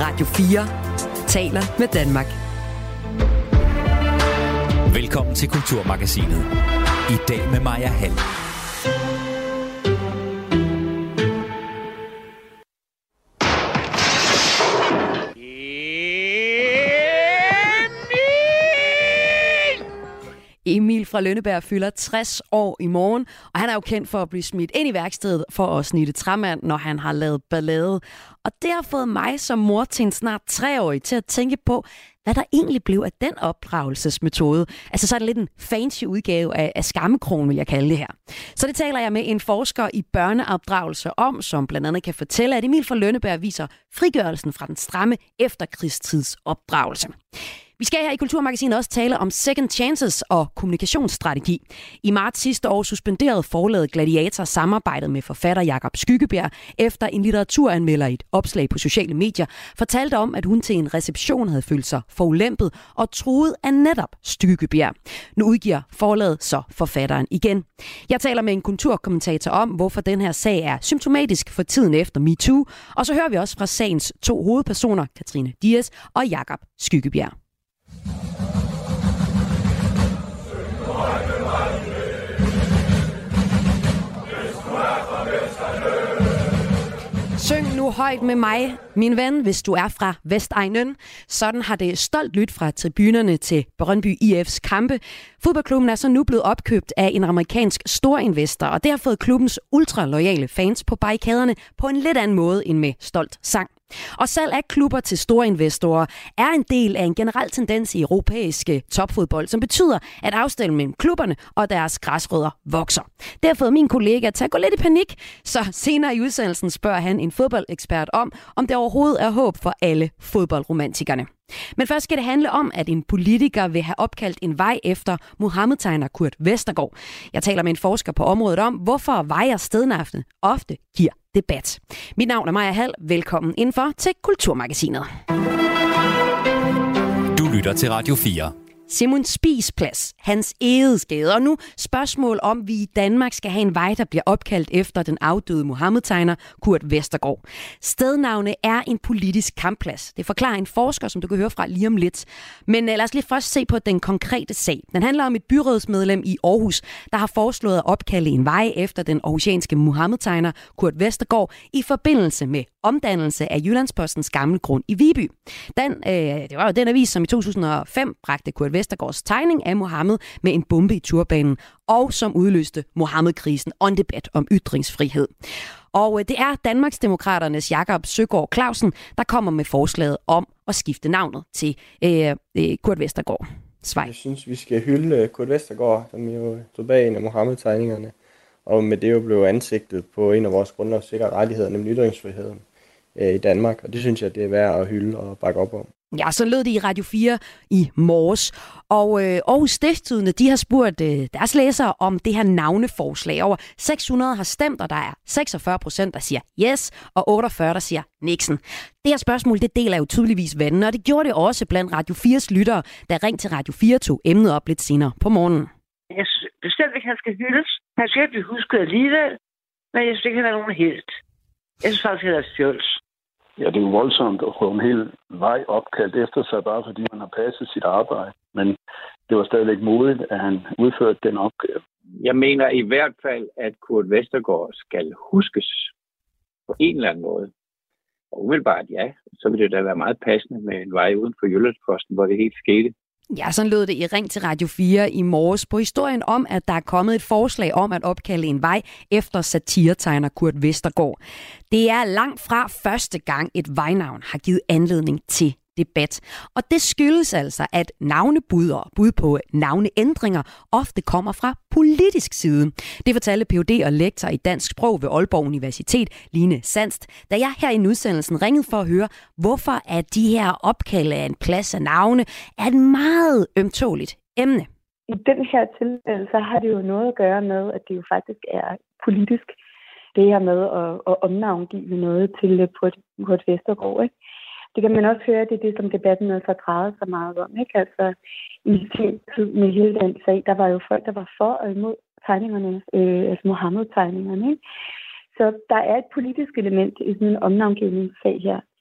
Radio 4 taler med Danmark. Velkommen til Kulturmagasinet. I dag med Maja Hall. Emil fra Lønneberg fylder 60 år i morgen, og han er jo kendt for at blive smidt ind i værkstedet for at snitte træmand, når han har lavet ballade. Og det har fået mig som mor til en snart 3-årig til at tænke på, hvad der egentlig blev af den opdragelsesmetode. Altså så er det lidt en fancy udgave af skammekrogen, vil jeg kalde det her. Så det taler jeg med en forsker i børneopdragelse om, som blandt andet kan fortælle, at Emil fra Lønneberg viser frigørelsen fra den stramme efterkrigstidsopdragelse. Vi skal her i Kulturmagasinet også tale om second chances og kommunikationsstrategi. I marts sidste år suspenderede forlaget Gladiator samarbejdet med forfatter Jakob Skyggebjerg, efter en litteraturanmelder i et opslag på sociale medier fortalte om, at hun til en reception havde følt sig forulempet og truet af netop Skyggebjerg. Nu udgiver forlaget så forfatteren igen. Jeg taler med en kulturkommentator om, hvorfor den her sag er symptomatisk for tiden efter MeToo, og så hører vi også fra sagens 2 hovedpersoner, Katrine Dias og Jakob Skyggebjerg. Syng nu højt med mig, min ven, hvis du er fra Vestegnen. Sådan har det stolt lydt fra tribunerne til Brøndby IF's kampe. Fodboldklubben er så nu blevet opkøbt af en amerikansk storinvestor, og det har fået klubbens ultraloyale fans på barrikaderne på en lidt anden måde end med stolt sang. Og salg af klubber til store investorer er en del af en generel tendens i europæiske topfodbold, som betyder, at afstanden mellem klubberne og deres græsrødder vokser. Det har fået min kollega til at gå lidt i panik, så senere i udsendelsen spørger han en fodboldekspert om det overhovedet er håb for alle fodboldromantikerne. Men først skal det handle om, at en politiker vil have opkaldt en vej efter Muhammed-tegner Kurt Vestergaard. Jeg taler med en forsker på området om, hvorfor veje og stednavne ofte giver debat. Mit navn er Maja Hall. Velkommen indenfor til Kulturmagasinet. Du lytter til Radio 4. Simon Spies Plads, Hans Egedesgade. Og nu spørgsmål om, vi i Danmark skal have en vej, der bliver opkaldt efter den afdøde Muhammed-tegner Kurt Vestergaard. Stednavne er en politisk kampplads. Det forklarer en forsker, som du kan høre fra lige om lidt. Men lad os lige først se på den konkrete sag. Den handler om et byrådsmedlem i Aarhus, der har foreslået at opkalde en vej efter den aarhusianske Muhammed-tegner Kurt Vestergaard i forbindelse med omdannelse af Jyllandspostens gamle grund i Viby. Det var jo den avis, som i 2005 bragte Kurt Vestergaards tegning af Mohammed med en bombe i turbanen, og som udløste Mohammed-krisen og en debat om ytringsfrihed. Og det er Danmarksdemokraternes Jakob Søgaard Clausen, der kommer med forslaget om at skifte navnet til Kurt Vestergaard. Svej. Jeg synes, vi skal hylde Kurt Vestergaard, som jo stod bag en af Mohammed-tegningerne, og med det jo blev ansigtet på en af vores grundlovssikrede rettigheder, nemlig ytringsfriheden i Danmark. Og det synes jeg, det er værd at hylde og bakke op om. Ja, så lød det i Radio 4 i morges. Og Aarhus Stiftstidende, de har spurgt deres læsere om det her navneforslag. Over 600 har stemt, og der er 46%, der siger yes, og 48%, der siger niksen. Det her spørgsmål, det deler jo tydeligvis vandene, og det gjorde det også blandt Radio 4's lyttere, der ringte til Radio 4 tog emnet op lidt senere på morgenen. Jeg synes bestemt ikke, han skal hyldes. Han skal ikke blive husket alligevel, men jeg synes ikke, han er nogen helt. Jeg synes faktisk, han er fjols. Ja, det er jo voldsomt at få en hel vej opkaldt efter sig, bare fordi man har passet sit arbejde. Men det var stadigvæk modigt, at han udførte den opgave. Jeg mener i hvert fald, at Kurt Vestergaard skal huskes på en eller anden måde. Og umiddelbart ja, så vil det da være meget passende med en vej uden for Jyllandsposten, hvor det helt skete. Ja, sådan lød det i Ring til Radio 4 i morges på historien om, at der er kommet et forslag om at opkalde en vej efter satiretegner Kurt Vestergaard. Det er langt fra første gang et vejnavn har givet anledning til debat. Og det skyldes altså, at navnebud og bud på navneændringer ofte kommer fra politisk side. Det fortalte Ph.D. og lektor i dansk sprog ved Aalborg Universitet, Line Sandst, da jeg her i udsendelsen ringede for at høre, hvorfor at de her opkalde af en plads af navne er et meget ømtåligt emne. I den her tilfælde, så har det jo noget at gøre med, at det jo faktisk er politisk, det her med at omnavngive noget til Kurt Vestergaard, ikke? Det kan man også høre, det er det, som debatten også har drejet sig meget om, ikke? Altså, i sin tid med hele den sag, der var jo folk, der var for og imod tegningerne, altså Mohammed-tegningerne, ikke? Så der er et politisk element i sådan en omnavngivningssag her.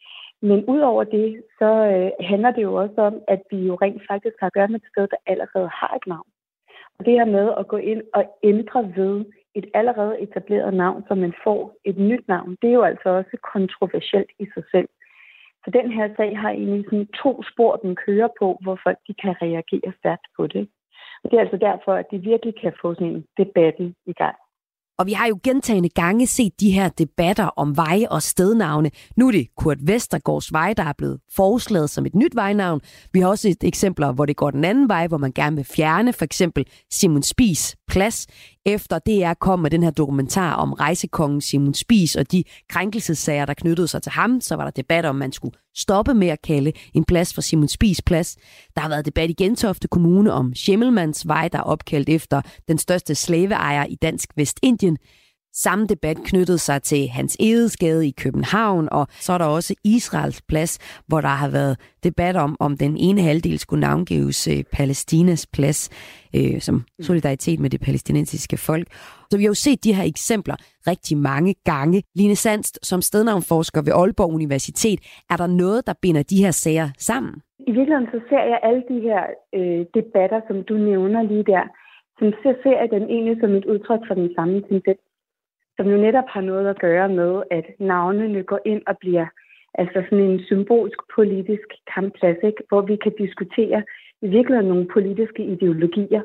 Men udover det, så handler det jo også om, at vi jo rent faktisk har at gøre med et sted, der allerede har et navn. Og det her med at gå ind og ændre ved et allerede etableret navn, så man får et nyt navn, det er jo altså også kontroversielt i sig selv. Så den her sag har egentlig sådan 2 spor, den kører på, hvor folk de kan reagere stærkt på det. Og det er altså derfor, at de virkelig kan få sådan en debatten i gang. Og vi har jo gentagne gange set de her debatter om veje og stednavne. Nu er det Kurt Vestergaards vej, der er blevet foreslået som et nyt vejnavn. Vi har også set eksempler, hvor det går den anden vej, hvor man gerne vil fjerne for eksempel Simon Spies plads. Efter DR kom med den her dokumentar om rejsekongen Simon Spies og de krænkelsessager, der knyttede sig til ham, så var der debat om, man skulle stoppe med at kalde en plads for Simon Spies plads. Der har været debat i Gentofte Kommune om Schimmelmanns vej, der er opkaldt efter den største slaveejer i Dansk Vestindien. Samme debat knyttede sig til Hans Egede i København, og så er der også Israels plads, hvor der har været debat om den ene halvdel skulle navngives Palæstinas plads, som solidaritet med det palæstinensiske folk. Så vi har jo set de her eksempler rigtig mange gange. Line Sandst, som stednavnforsker ved Aalborg Universitet, er der noget, der binder de her sager sammen? I virkeligheden så ser jeg alle de her debatter, som du nævner lige der, som ser jeg den egentlig som et udtryk for den samme tendens, som jo netop har noget at gøre med, at navnene går ind og bliver altså sådan en symbolsk politisk kampplads, ikke? Hvor vi kan diskutere i virkeligheden nogle politiske ideologier.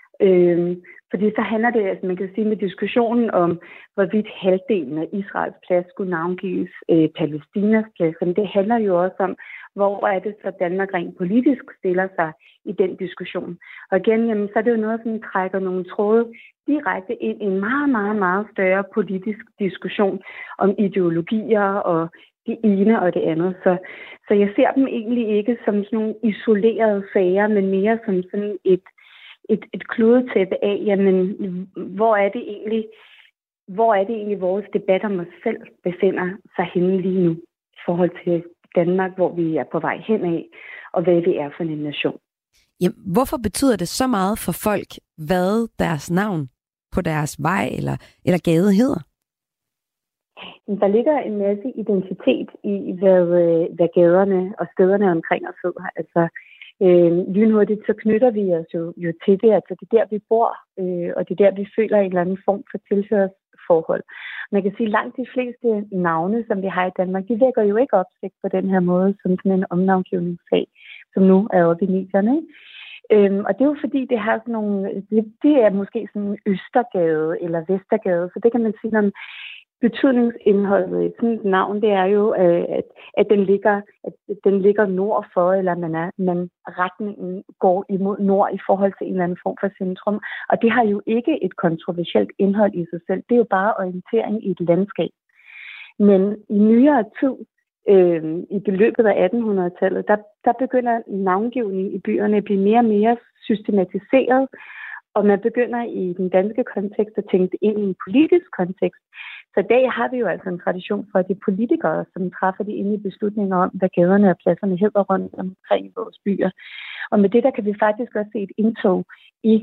Fordi så handler det, altså man kan sige med diskussionen om, hvorvidt halvdelen af Israels plads skulle navngives Palæstinas plads, men det handler jo også om, hvor er det så Danmark rent politisk stiller sig i den diskussion. Og igen, jamen, så er det jo noget, som trækker nogle tråde direkte ind i en meget, meget, meget større politisk diskussion om ideologier og det ene og det andet. Så jeg ser dem egentlig ikke som sådan nogle isolerede sager, men mere som sådan et kludetæppe af, jamen, hvor er det egentlig vores debat om os selv befinder sig henne lige nu i forhold til Danmark, hvor vi er på vej hen af, og hvad det er for en nation. Jamen, hvorfor betyder det så meget for folk, hvad deres navn på deres vej eller gade hedder? Der ligger en masse identitet i, hvad gaderne og stederne omkring os hedder. Altså, lynhurtigt, så knytter vi os jo til det. Altså, det er der, vi bor, og det er der, vi føler en eller anden form for tilhørsforhold. Man kan sige, at langt de fleste navne, som vi har i Danmark, de vækker jo ikke opsigt på den her måde, som sådan en omnavngivningssag, som nu er oppe i medierne. Og det er jo fordi, det har sådan nogle, det er måske sådan en Østergade eller Vestergade, så det kan man sige om betydningsindholdet i sådan et navn, det er jo, at den ligger nord for, eller man retningen går imod nord i forhold til en eller anden form for centrum. Og det har jo ikke et kontroversielt indhold i sig selv. Det er jo bare orientering i et landskab. Men i nyere tid, i beløbet af 1800-tallet, der begynder navngivning i byerne at blive mere og mere systematiseret, og man begynder i den danske kontekst at tænke ind i en politisk kontekst. Så i dag har vi jo altså en tradition for, at det er politikere, som træffer de endelige beslutninger om, hvad gaderne og pladserne hedder rundt omkring i vores byer. Og med det, der kan vi faktisk også se et indtog i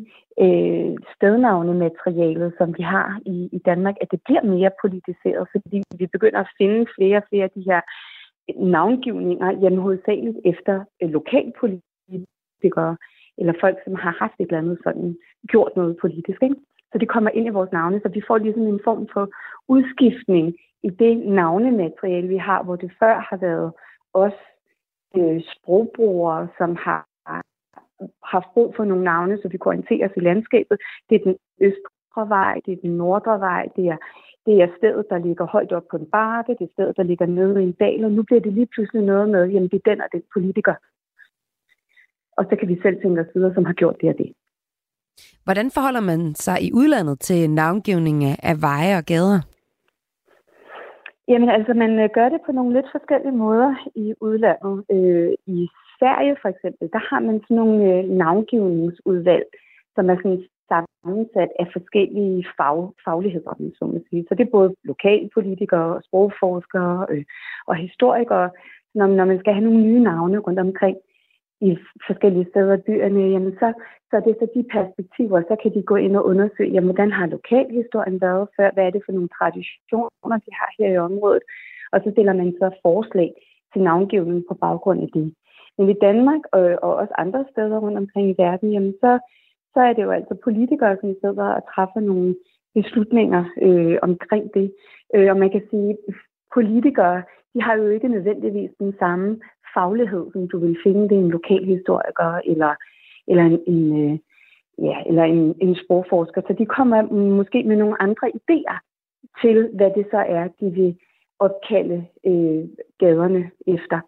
stednavnematerialet, som vi har i Danmark, at det bliver mere politiseret, fordi vi begynder at finde flere og flere af de her navngivninger, jamen hovedsageligt efter lokalpolitikere, eller folk, som har haft et eller andet sådan, gjort noget politisk, ikke? Så det kommer ind i vores navne, så vi får ligesom en form for udskiftning i det navnemateriale, vi har, hvor det før har været os sprogbrugere, som har haft brug for nogle navne, så vi kunne orientere os i landskabet. Det er den østre vej, det er den nordre vej, det er stedet, der ligger højt op på en bakke, det er stedet, der ligger nede i en dal, og nu bliver det lige pludselig noget med, jamen det er den og den politiker. Og så kan vi selv tænke os videre, som har gjort det og det. Hvordan forholder man sig i udlandet til navngivning af veje og gader? Jamen altså, man gør det på nogle lidt forskellige måder i udlandet. I Sverige for eksempel, der har man sådan nogle navngivningsudvalg, som er sådan sammensat af forskellige fagligheder, så man sige. Så det er både lokalpolitikere, og sprogforskere og historikere. Når man skal have nogle nye navne rundt omkring i forskellige steder i byerne, jamen så er det så de perspektiver, så kan de gå ind og undersøge, jamen hvordan har lokalhistorien været før, hvad er det for nogle traditioner, de har her i området, og så stiller man så forslag sin navngivning på baggrund af det. Men i Danmark og også andre steder rundt omkring i verden, jamen så er det jo altså politikere, som sidder og træffer nogle beslutninger omkring det. Og man kan sige, at politikere, de har jo ikke nødvendigvis den samme faglighed, som du vil finde det en lokalhistoriker eller en sprogforsker. Så de kommer måske med nogle andre idéer til, hvad det så er, de vil opkalde gaderne efter.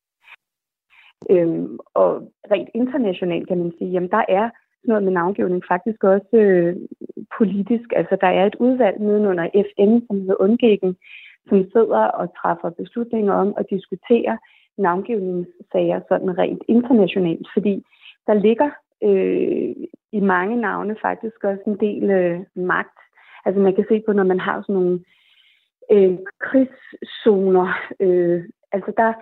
Og rent internationalt kan man sige, jamen der er noget med navngivning faktisk også politisk. Altså der er et udvalg nedenunder FN, som hedder UNGEG'en, som sidder og træffer beslutninger om at diskutere navngivningssager sådan rent internationalt, fordi der ligger i mange navne faktisk også en del magt. Altså man kan se på, når man har sådan nogle krigszoner, altså der,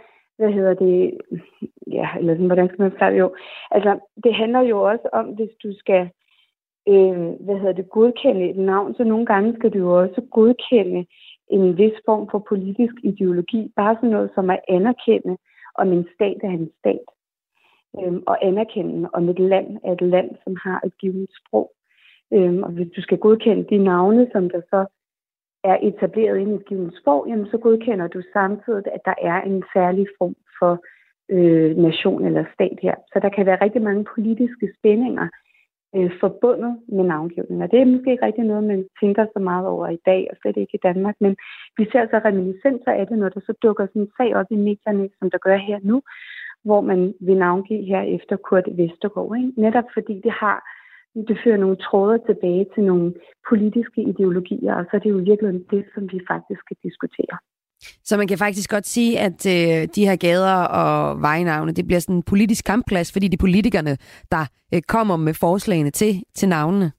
eller sådan, hvordan skal man sige jo? Altså det handler jo også om, hvis du skal godkende et navn, så nogle gange skal du jo også godkende en vis form for politisk ideologi, bare sådan noget som at anerkende, om en stat er en stat, og anerkende, om et land er et land, som har et givet sprog. Og hvis du skal godkende de navne, som der så er etableret i et givet sprog, jamen så godkender du samtidig, at der er en særlig form for nation eller stat her. Så der kan være rigtig mange politiske spændinger forbundet med navngivning. Og det er måske ikke rigtig noget, man tænker så meget over i dag, og slet ikke i Danmark, men vi ser så reminiscenser af det, når der så dukker sådan en sag op i medierne, som der gør her nu, hvor man vil navngive her efter Kurt Vestergaard. Ikke? Netop fordi det fører nogle tråde tilbage til nogle politiske ideologier, og så er det jo virkelig det, som vi faktisk skal diskutere. Så man kan faktisk godt sige, at de her gader og vejnavne, det bliver sådan en politisk kampplads, fordi de politikerne, der kommer med forslagene til navnene.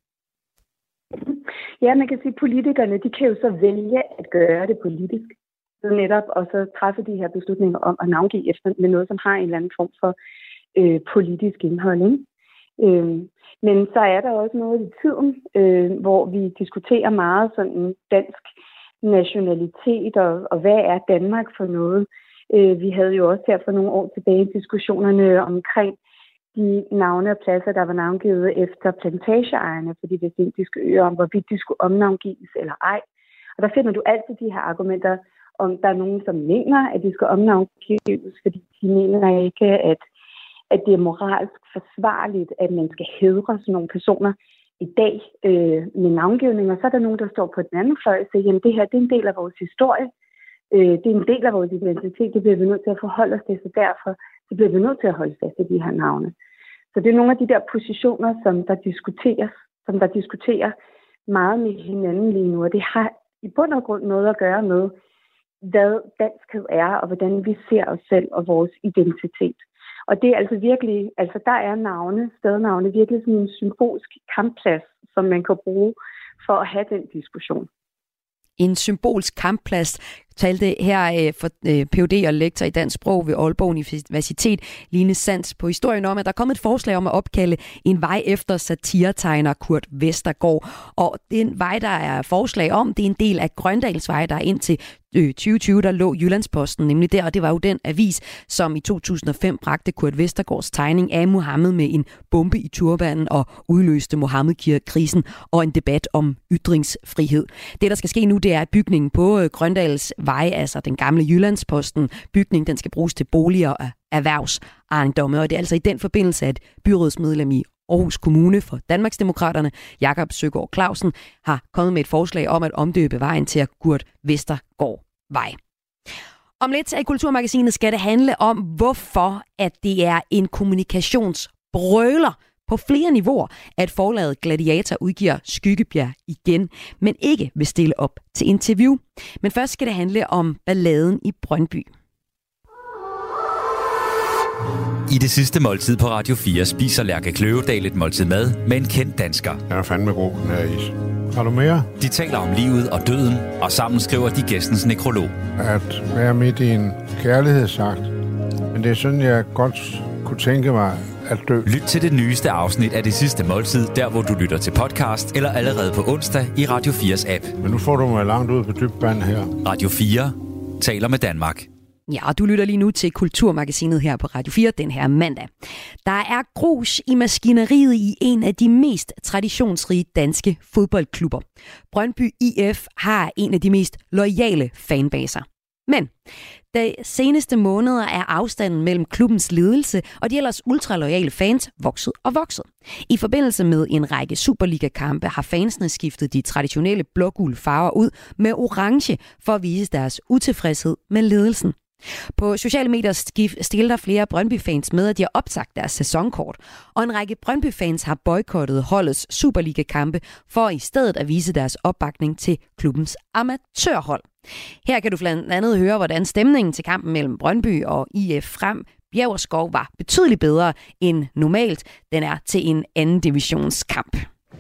Ja, man kan sige, at politikerne, de kan jo så vælge at gøre det politisk. Så netop, og så træffe de her beslutninger om at navngive efter med noget, som har en eller anden form for politisk indhold. Ikke? Men så er der også noget i tiden, hvor vi diskuterer meget sådan dansk nationalitet, og hvad er Danmark for noget. Vi havde jo også her for nogle år tilbage diskussionerne omkring de navne og pladser, der var navngivet efter plantageejerne for de vestindiske øer, om hvorvidt de skulle omnavngives eller ej. Og der finder du altid de her argumenter, om der er nogen, som mener, at de skal omnavngives, fordi de mener ikke, at det er moralsk forsvarligt, at man skal hædre sådan nogle personer i dag med navngivning. Og så er der nogen, der står på den anden fløj og siger, at det her det er en del af vores historie. Det er en del af vores identitet. Det bliver vi nødt til at forholde os til, så derfor så bliver vi nødt til at holde fast i de her navne. Så det er nogle af de der positioner, som der diskuterer meget med hinanden lige nu. Og det har i bund og grund noget at gøre med, hvad danskhed er, og hvordan vi ser os selv og vores identitet. Og det er altså virkelig, der er stednavne virkelig sådan en symbolsk kampplads, som man kan bruge for at have den diskussion. En symbolsk kampplads talte her for Ph.D. og lektor i dansk sprog ved Aalborg Universitet, Line Sands, på historien om, at der er kommet et forslag om at opkalde en vej efter satiretegner Kurt Vestergaard. Og den vej, der er forslag om, det er en del af Grøndalsvej, der er indtil 2020, der lå Jyllandsposten nemlig der, og det var jo den avis, som i 2005 bragte Kurt Vestergaards tegning af Mohammed med en bombe i turbanen og udløste Mohammed-krisen og en debat om ytringsfrihed. Det, der skal ske nu, det er, at bygningen på Grøndalsvej, altså den gamle Jyllandsposten bygning, den skal bruges til boliger og erhvervsejendomme, og det er altså i den forbindelse, at byrådsmedlem i Aarhus Kommune for Danmarksdemokraterne, Jakob Søgaard Clausen, har kommet med et forslag om at omdøbe vejen til Kurt Vestergaard Vej. Om lidt i Kulturmagasinet skal det handle om, hvorfor at det er en kommunikationsbrøler på flere niveauer, at forlaget Gladiator udgiver Skyggebjerg igen, men ikke vil stille op til interview. Men først skal det handle om balladen i Brøndby. I det sidste måltid på Radio 4 spiser Lærke Kløvedal et måltid mad med en kendt dansker. Jeg er fandme god, den her is. Har du mere? De taler om livet og døden, og sammen skriver de gæstens nekrolog. At være midt i en kærlighedsakt. Men det er sådan, jeg godt kunne tænke mig at dø. Lyt til det nyeste afsnit af Det Sidste Måltid, der hvor du lytter til podcast, eller allerede på onsdag i Radio 4's app. Men nu får du mig langt ud på dybt vand her. Radio 4 taler med Danmark. Ja, og du lytter lige nu til Kulturmagasinet her på Radio 4 den her mandag. Der er grus i maskineriet i en af de mest traditionsrige danske fodboldklubber. Brøndby IF har en af de mest loyale fanbaser. Men de seneste måneder er afstanden mellem klubbens ledelse og de ellers ultraloyale fans vokset og vokset. I forbindelse med en række Superliga-kampe har fansene skiftet de traditionelle blågule farver ud med orange for at vise deres utilfredshed med ledelsen. På sociale medier stiller flere Brøndby-fans med, at de har opsagt deres sæsonkort, og en række Brøndby-fans har boykottet holdets Superliga-kampe for i stedet at vise deres opbakning til klubbens amatørhold. Her kan du blandt andet høre, hvordan stemningen til kampen mellem Brøndby og IF Frem Bjæverskov var betydeligt bedre end normalt. Den er til en anden divisionskamp.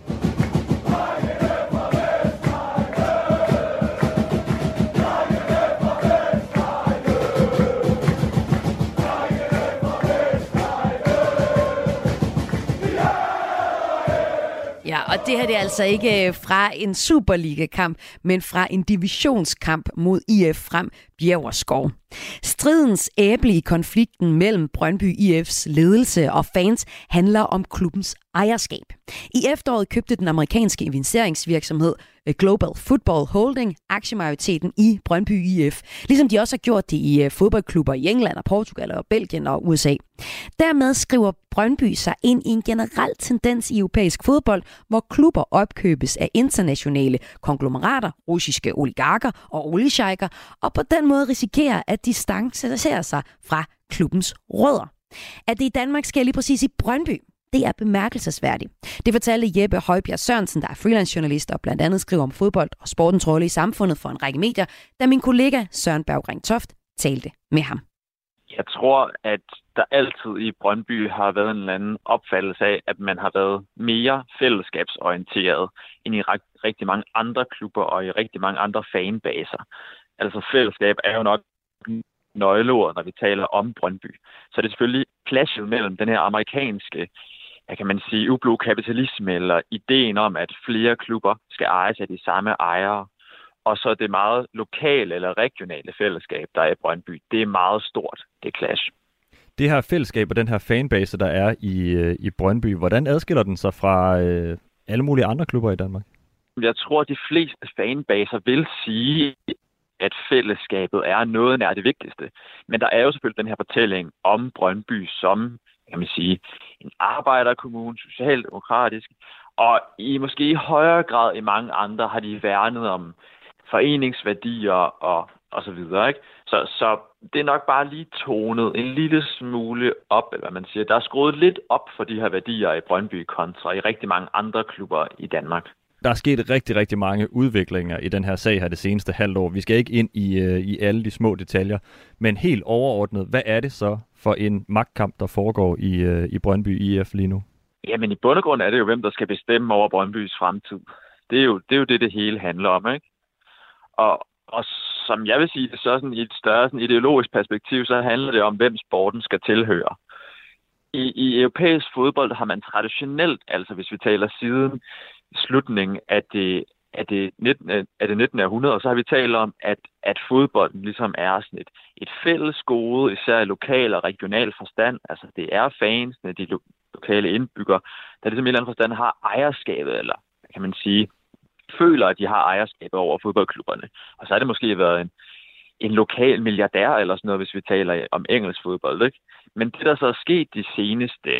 Ja, og det her det er altså ikke fra en Superliga-kamp, men fra en divisionskamp mod IF Frem Bjæverskov. Stridens æble i konflikten mellem Brøndby IF's ledelse og fans handler om klubbens ejerskab. I efteråret købte den amerikanske investeringsvirksomhed Global Football Holding aktiemajoriteten i Brøndby IF, ligesom de også har gjort det i fodboldklubber i England og Portugal og Belgien og USA. Dermed skriver Brøndby sig ind i en generel tendens i europæisk fodbold, hvor klubber opkøbes af internationale konglomerater, russiske oligarker og oliesjejker, og på den måde risikerer at distancere sig fra klubbens rødder. At det i Danmark sker lige præcis i Brøndby, det er bemærkelsesværdigt. Det fortalte Jeppe Højbjerg Sørensen, der er freelance-journalist og blandt andet skriver om fodbold og sportens rolle i samfundet for en række medier, da min kollega Søren Berggren Toft talte med ham. Jeg tror, at der altid i Brøndby har været en eller anden opfattelse af, at man har været mere fællesskabsorienteret end i rigtig mange andre klubber og i rigtig mange andre fanbaser. Altså fællesskab er jo nok nøgleord, når vi taler om Brøndby. Så det er selvfølgelig clashet mellem den her amerikanske, kan man sige, ublu kapitalisme eller ideen om, at flere klubber skal ejes af de samme ejere. Og så det meget lokale eller regionale fællesskab, der er i Brøndby. Det er meget stort, det clash. Det her fællesskab og den her fanbase, der er i Brøndby, hvordan adskiller den sig fra alle mulige andre klubber i Danmark? Jeg tror, de fleste fanbaser vil sige, at fællesskabet er noget nær det vigtigste. Men der er jo selvfølgelig den her fortælling om Brøndby som, kan man sige, en arbejderkommune, socialdemokratisk, og måske i højere grad i mange andre har de værnet om foreningsværdier og så videre, ikke? Så det er nok bare lige tonet en lille smule op, eller hvad man siger. Der er skruet lidt op for de her værdier i Brøndby kontra i rigtig mange andre klubber i Danmark. Der er sket rigtig, rigtig mange udviklinger i den her sag her det seneste halvår. Vi skal ikke ind i alle de små detaljer, men helt overordnet, hvad er det så for en magtkamp, der foregår i Brøndby IF lige nu? Jamen i bund og grund er det jo, hvem der skal bestemme over Brøndbys fremtid. Det er jo det hele handler om, ikke? Og som jeg vil sige det, så sådan i et større sådan ideologisk perspektiv, så handler det om, hvem sporten skal tilhøre. I europæisk fodbold har man traditionelt, altså hvis vi taler siden slutningen af det 19. århundrede, så har vi talt om, at fodbolden ligesom er sådan et fælles gode, især i lokal og regional forstand. Altså det er fansene, de lokale indbyggere, der ligesom i en eller anden forstand har ejerskabet, eller kan man sige, føler, at de har ejerskab over fodboldklubberne. Og så har det måske været en lokal milliardær eller sådan noget, hvis vi taler om engelsk fodbold, ikke? Men det, der så er sket de seneste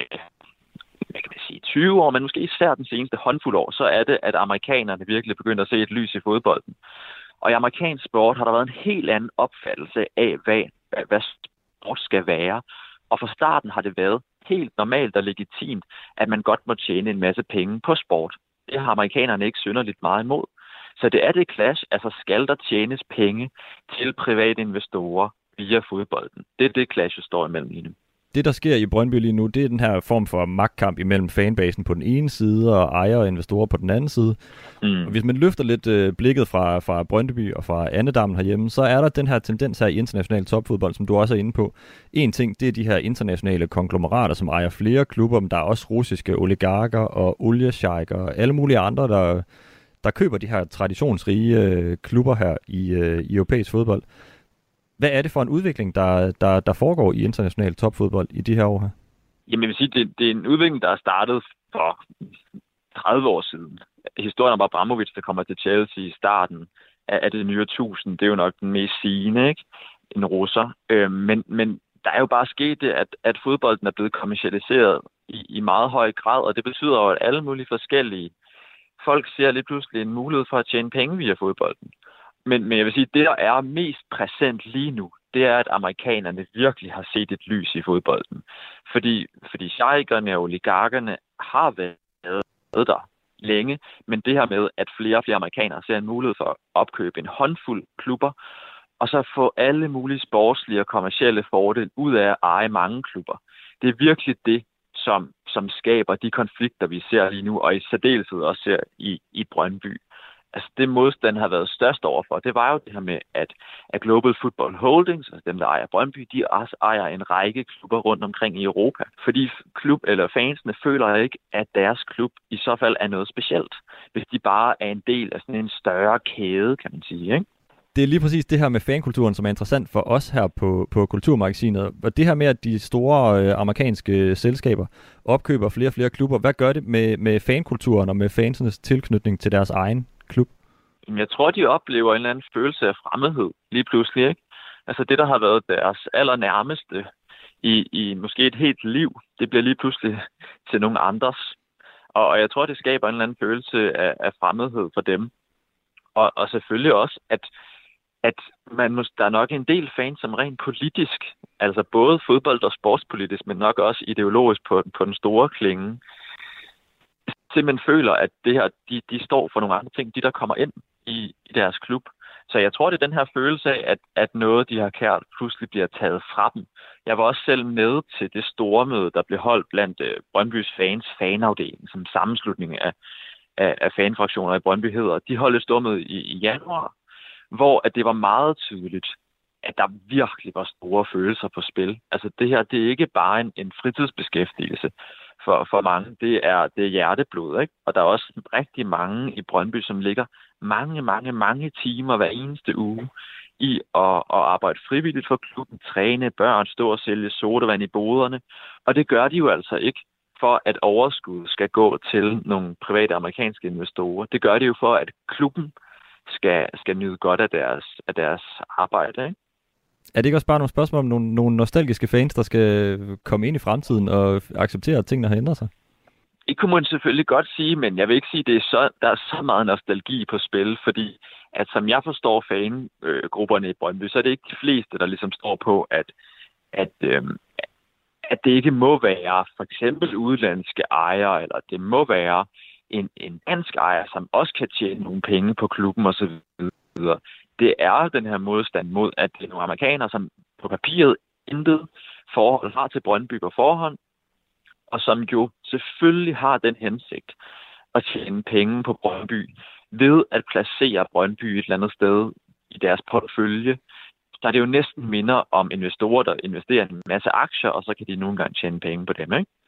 20 år, men måske især den seneste håndfuld år, så er det, at amerikanerne virkelig begynder at se et lys i fodbolden. Og i amerikansk sport har der været en helt anden opfattelse af, hvad sport skal være. Og fra starten har det været helt normalt og legitimt, at man godt må tjene en masse penge på sport. Det har amerikanerne ikke synderligt meget imod. Så det er det clash, altså skal der tjenes penge til private investorer via fodbolden. Det er det clash, der står imellem lige nu. Det, der sker i Brøndby lige nu, det er den her form for magtkamp imellem fanbasen på den ene side og ejere og investorer på den anden side. Og hvis man løfter lidt blikket fra Brøndby og fra Andedammen herhjemme, så er der den her tendens her i international topfodbold, som du også er inde på. En ting, det er de her internationale konglomerater, som ejer flere klubber, men der er også russiske oligarker og oliesjejker og alle mulige andre, der køber de her traditionsrige klubber her i europæisk fodbold. Hvad er det for en udvikling, der foregår i international topfodbold i de her år her? Jamen, jeg vil sige, det er en udvikling, der er startet for 30 år siden. Historien om Abramovich, der kommer til Chelsea i starten af det nye årtusind, det er jo nok den mest sigende, ikke? En russer. Men der er jo bare sket det, at fodbolden er blevet kommercialiseret i meget høj grad, og det betyder jo, at alle mulige forskellige folk ser lige pludselig en mulighed for at tjene penge via fodbolden. Men jeg vil sige, det der er mest præsent lige nu, det er, at amerikanerne virkelig har set et lys i fodbolden. Fordi sheikherne og oligarkerne har været der længe, men det her med, at flere og flere amerikanere ser en mulighed for at opkøbe en håndfuld klubber, og så få alle mulige sportslige og kommercielle fordele ud af at eje mange klubber. Det er virkelig det, som skaber de konflikter, vi ser lige nu, og i særdeleshed også ser i Brøndby. Altså det modstand har været størst overfor, det var jo det her med, at Global Football Holdings, altså dem, der ejer Brøndby, de også ejer en række klubber rundt omkring i Europa. Fordi fansene føler ikke, at deres klub i så fald er noget specielt, hvis de bare er en del af sådan en større kæde, kan man sige, ikke? Det er lige præcis det her med fankulturen, som er interessant for os her på Kulturmagasinet. Og det her med, at de store amerikanske selskaber opkøber flere og flere klubber, hvad gør det med fankulturen og med fansenes tilknytning til deres egen klub? Jeg tror, de oplever en eller anden følelse af fremmedhed lige pludselig, ikke? Altså det, der har været deres allernærmeste i måske et helt liv, det bliver lige pludselig til nogle andres. Og jeg tror, det skaber en eller anden følelse af fremmedhed for dem. Og selvfølgelig også, at der er nok en del fans, som rent politisk, altså både fodbold- og sportspolitisk, men nok også ideologisk på den store klinge, simpelthen føler, at det her, de står for nogle andre ting, de der kommer ind i deres klub. Så jeg tror, det er den her følelse af, at noget, de har kært, pludselig bliver taget fra dem. Jeg var også selv med til det store møde, der blev holdt blandt Brøndbys fanafdeling, som sammenslutning af fanfraktioner i Brøndby hedder. De holdt et stormøde i januar, hvor at det var meget tydeligt, at der virkelig var store følelser på spil. Altså det her, det er ikke bare en fritidsbeskæftigelse for mange. Det er hjerteblod, ikke? Og der er også rigtig mange i Brøndby, som ligger mange timer hver eneste uge i at arbejde frivilligt for klubben, træne børn, stå og sælge sodavand i boderne. Og det gør de jo altså ikke for at overskud skal gå til nogle private amerikanske investorer. Det gør de jo for, at klubben skal nyde godt af deres arbejde, ikke? Er det ikke også bare nogle spørgsmål om nogle nostalgiske fans, der skal komme ind i fremtiden og acceptere, at tingene har ændret sig? Det kunne man selvfølgelig godt sige, men jeg vil ikke sige, at der er så meget nostalgi på spil, fordi at som jeg forstår fangrupperne i Brøndby, så er det ikke de fleste, der ligesom står på, at det ikke må være for eksempel udenlandske ejere, eller det må være en dansk ejer, som også kan tjene nogle penge på klubben osv. Det er den her modstand mod, at det er nogle amerikanere, som på papiret intet forhold har til Brøndby på forhånd, og som jo selvfølgelig har den hensigt at tjene penge på Brøndby ved at placere Brøndby et eller andet sted i deres portefølje. Så er det jo næsten minder om investorer, der investerer en masse aktier, og så kan de nogle gange tjene penge på dem, ikke?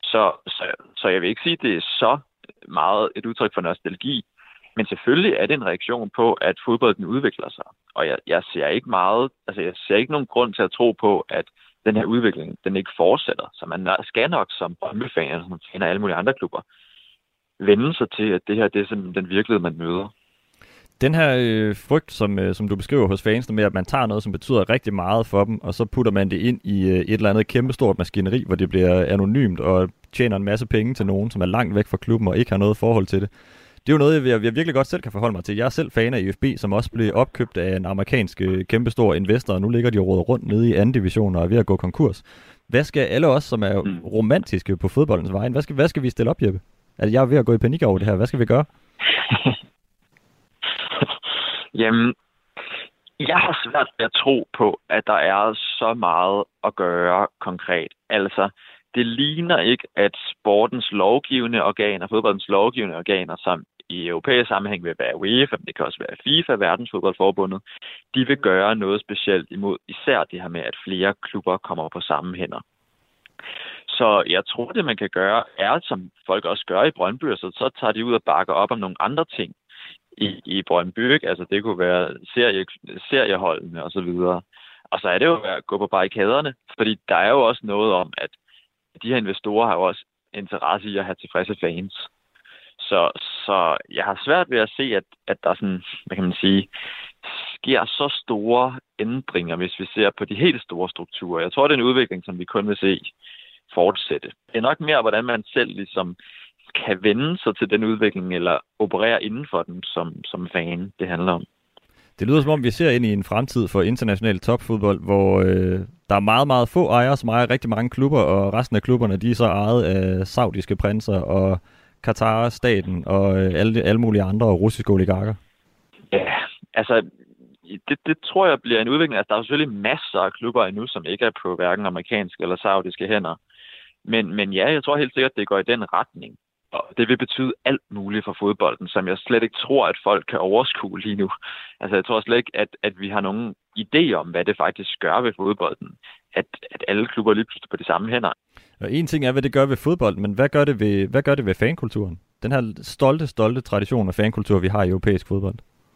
Så jeg vil ikke sige, at det er så meget et udtryk for nostalgi, men selvfølgelig er det en reaktion på, at fodbolden udvikler sig. Og jeg ser ikke nogen grund til at tro på, at den her udvikling, den ikke fortsætter. Så man skal nok som Brøndby-fan, som tjener alle mulige andre klubber, vende sig til, at det her det er sådan den virkelighed, man møder. Den her frygt, som du beskriver hos fansene med, at man tager noget, som betyder rigtig meget for dem, og så putter man det ind i et eller andet kæmpestort maskineri, hvor det bliver anonymt og tjener en masse penge til nogen, som er langt væk fra klubben og ikke har noget forhold til det. Det er jo noget, jeg virkelig godt selv kan forholde mig til. Jeg er selv fan af IFB, som også blev opkøbt af en amerikansk kæmpestor investor, og nu ligger de og roder rundt nede i anden division og er ved at gå konkurs. Hvad skal alle os, som er romantiske på fodboldens vejen, hvad skal vi stille op, Jeppe? Altså, jeg er ved at gå i panik over det her. Hvad skal vi gøre? Jamen, jeg har svært ved at tro på, at der er så meget at gøre konkret. Altså, det ligner ikke, at sportens lovgivende organer, fodboldens lovgivende organer, som i europæisk sammenhæng vil være UEFA, men det kan også være FIFA, Verdensfodboldforbundet, de vil gøre noget specielt imod især det her med, at flere klubber kommer på samme hænder. Så jeg tror, det man kan gøre, er, som folk også gør i Brøndby, så tager de ud og bakker op om nogle andre ting i Brøndby. Altså det kunne være serieholdene og så videre. Og så er det jo at gå på barrikaderne, fordi der er jo også noget om, at de her investorer har jo også interesse i at have tilfredse fans. Så jeg har svært ved at se, at der sådan, hvad kan man sige, sker så store ændringer, hvis vi ser på de helt store strukturer. Jeg tror, det er en udvikling, som vi kun vil se fortsætte. Det er nok mere, hvordan man selv ligesom kan vende sig til den udvikling, eller operere inden for den som fan, det handler om. Det lyder som om, vi ser ind i en fremtid for international topfodbold, hvor der er meget, meget få ejere, som ejer rigtig mange klubber, og resten af klubberne, de er så ejet af saudiske prinser og Katar-staten og alle mulige andre russiske oligarker. Ja, altså det tror jeg bliver en udvikling. Altså, der er selvfølgelig masser af klubber endnu, som ikke er på hverken amerikanske eller saudiske hænder. Men ja, jeg tror helt sikkert, at det går i den retning. Og det vil betyde alt muligt for fodbolden, som jeg slet ikke tror, at folk kan overskue lige nu. Altså, jeg tror slet ikke, at vi har nogen idé om, hvad det faktisk gør ved fodbolden. At alle klubber lige pludselig på de samme hænder. Og en ting er, hvad det gør ved fodbolden, men hvad gør det ved fankulturen? Den her stolte tradition af fankultur, vi har i europæisk fodbold.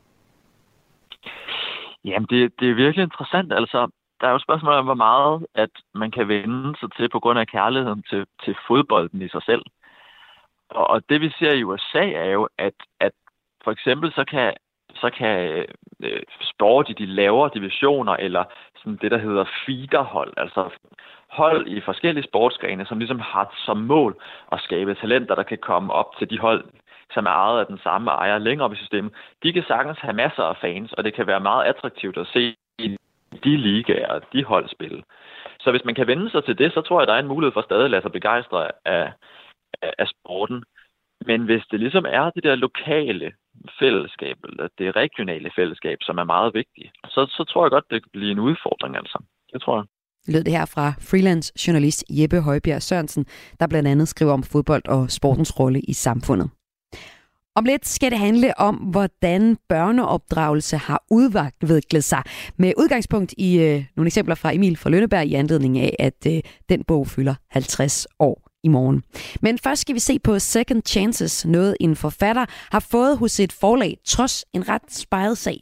Jamen, det er virkelig interessant. Altså, der er jo spørgsmål om, hvor meget at man kan vende sig til på grund af kærligheden til fodbolden i sig selv. Og det vi ser i USA er jo, at for eksempel så kan sport i de lavere divisioner, eller sådan det, der hedder feederhold, altså hold i forskellige sportsgrene, som ligesom har som mål at skabe talenter, der kan komme op til de hold, som er ejet af den samme ejer længere op i systemet. De kan sagtens have masser af fans, og det kan være meget attraktivt at se de ligaer, de hold spille. Så hvis man kan vende sig til det, så tror jeg, der er en mulighed for stadig at lade sig begejstre af sporten. Men hvis det ligesom er det der lokale fællesskab, eller det regionale fællesskab, som er meget vigtigt, så tror jeg godt, det kan blive en udfordring, altså. Det tror jeg. Lød det her fra freelance journalist Jeppe Højbjerg Sørensen, der blandt andet skriver om fodbold og sportens rolle i samfundet. Om lidt skal det handle om, hvordan børneopdragelse har udviklet sig, med udgangspunkt i nogle eksempler fra Emil fra Lønneberg i anledning af, at den bog fylder 50 år i morgen. Men først skal vi se på Second Chances, noget en forfatter har fået hos et forlag, trods en ret speget sag.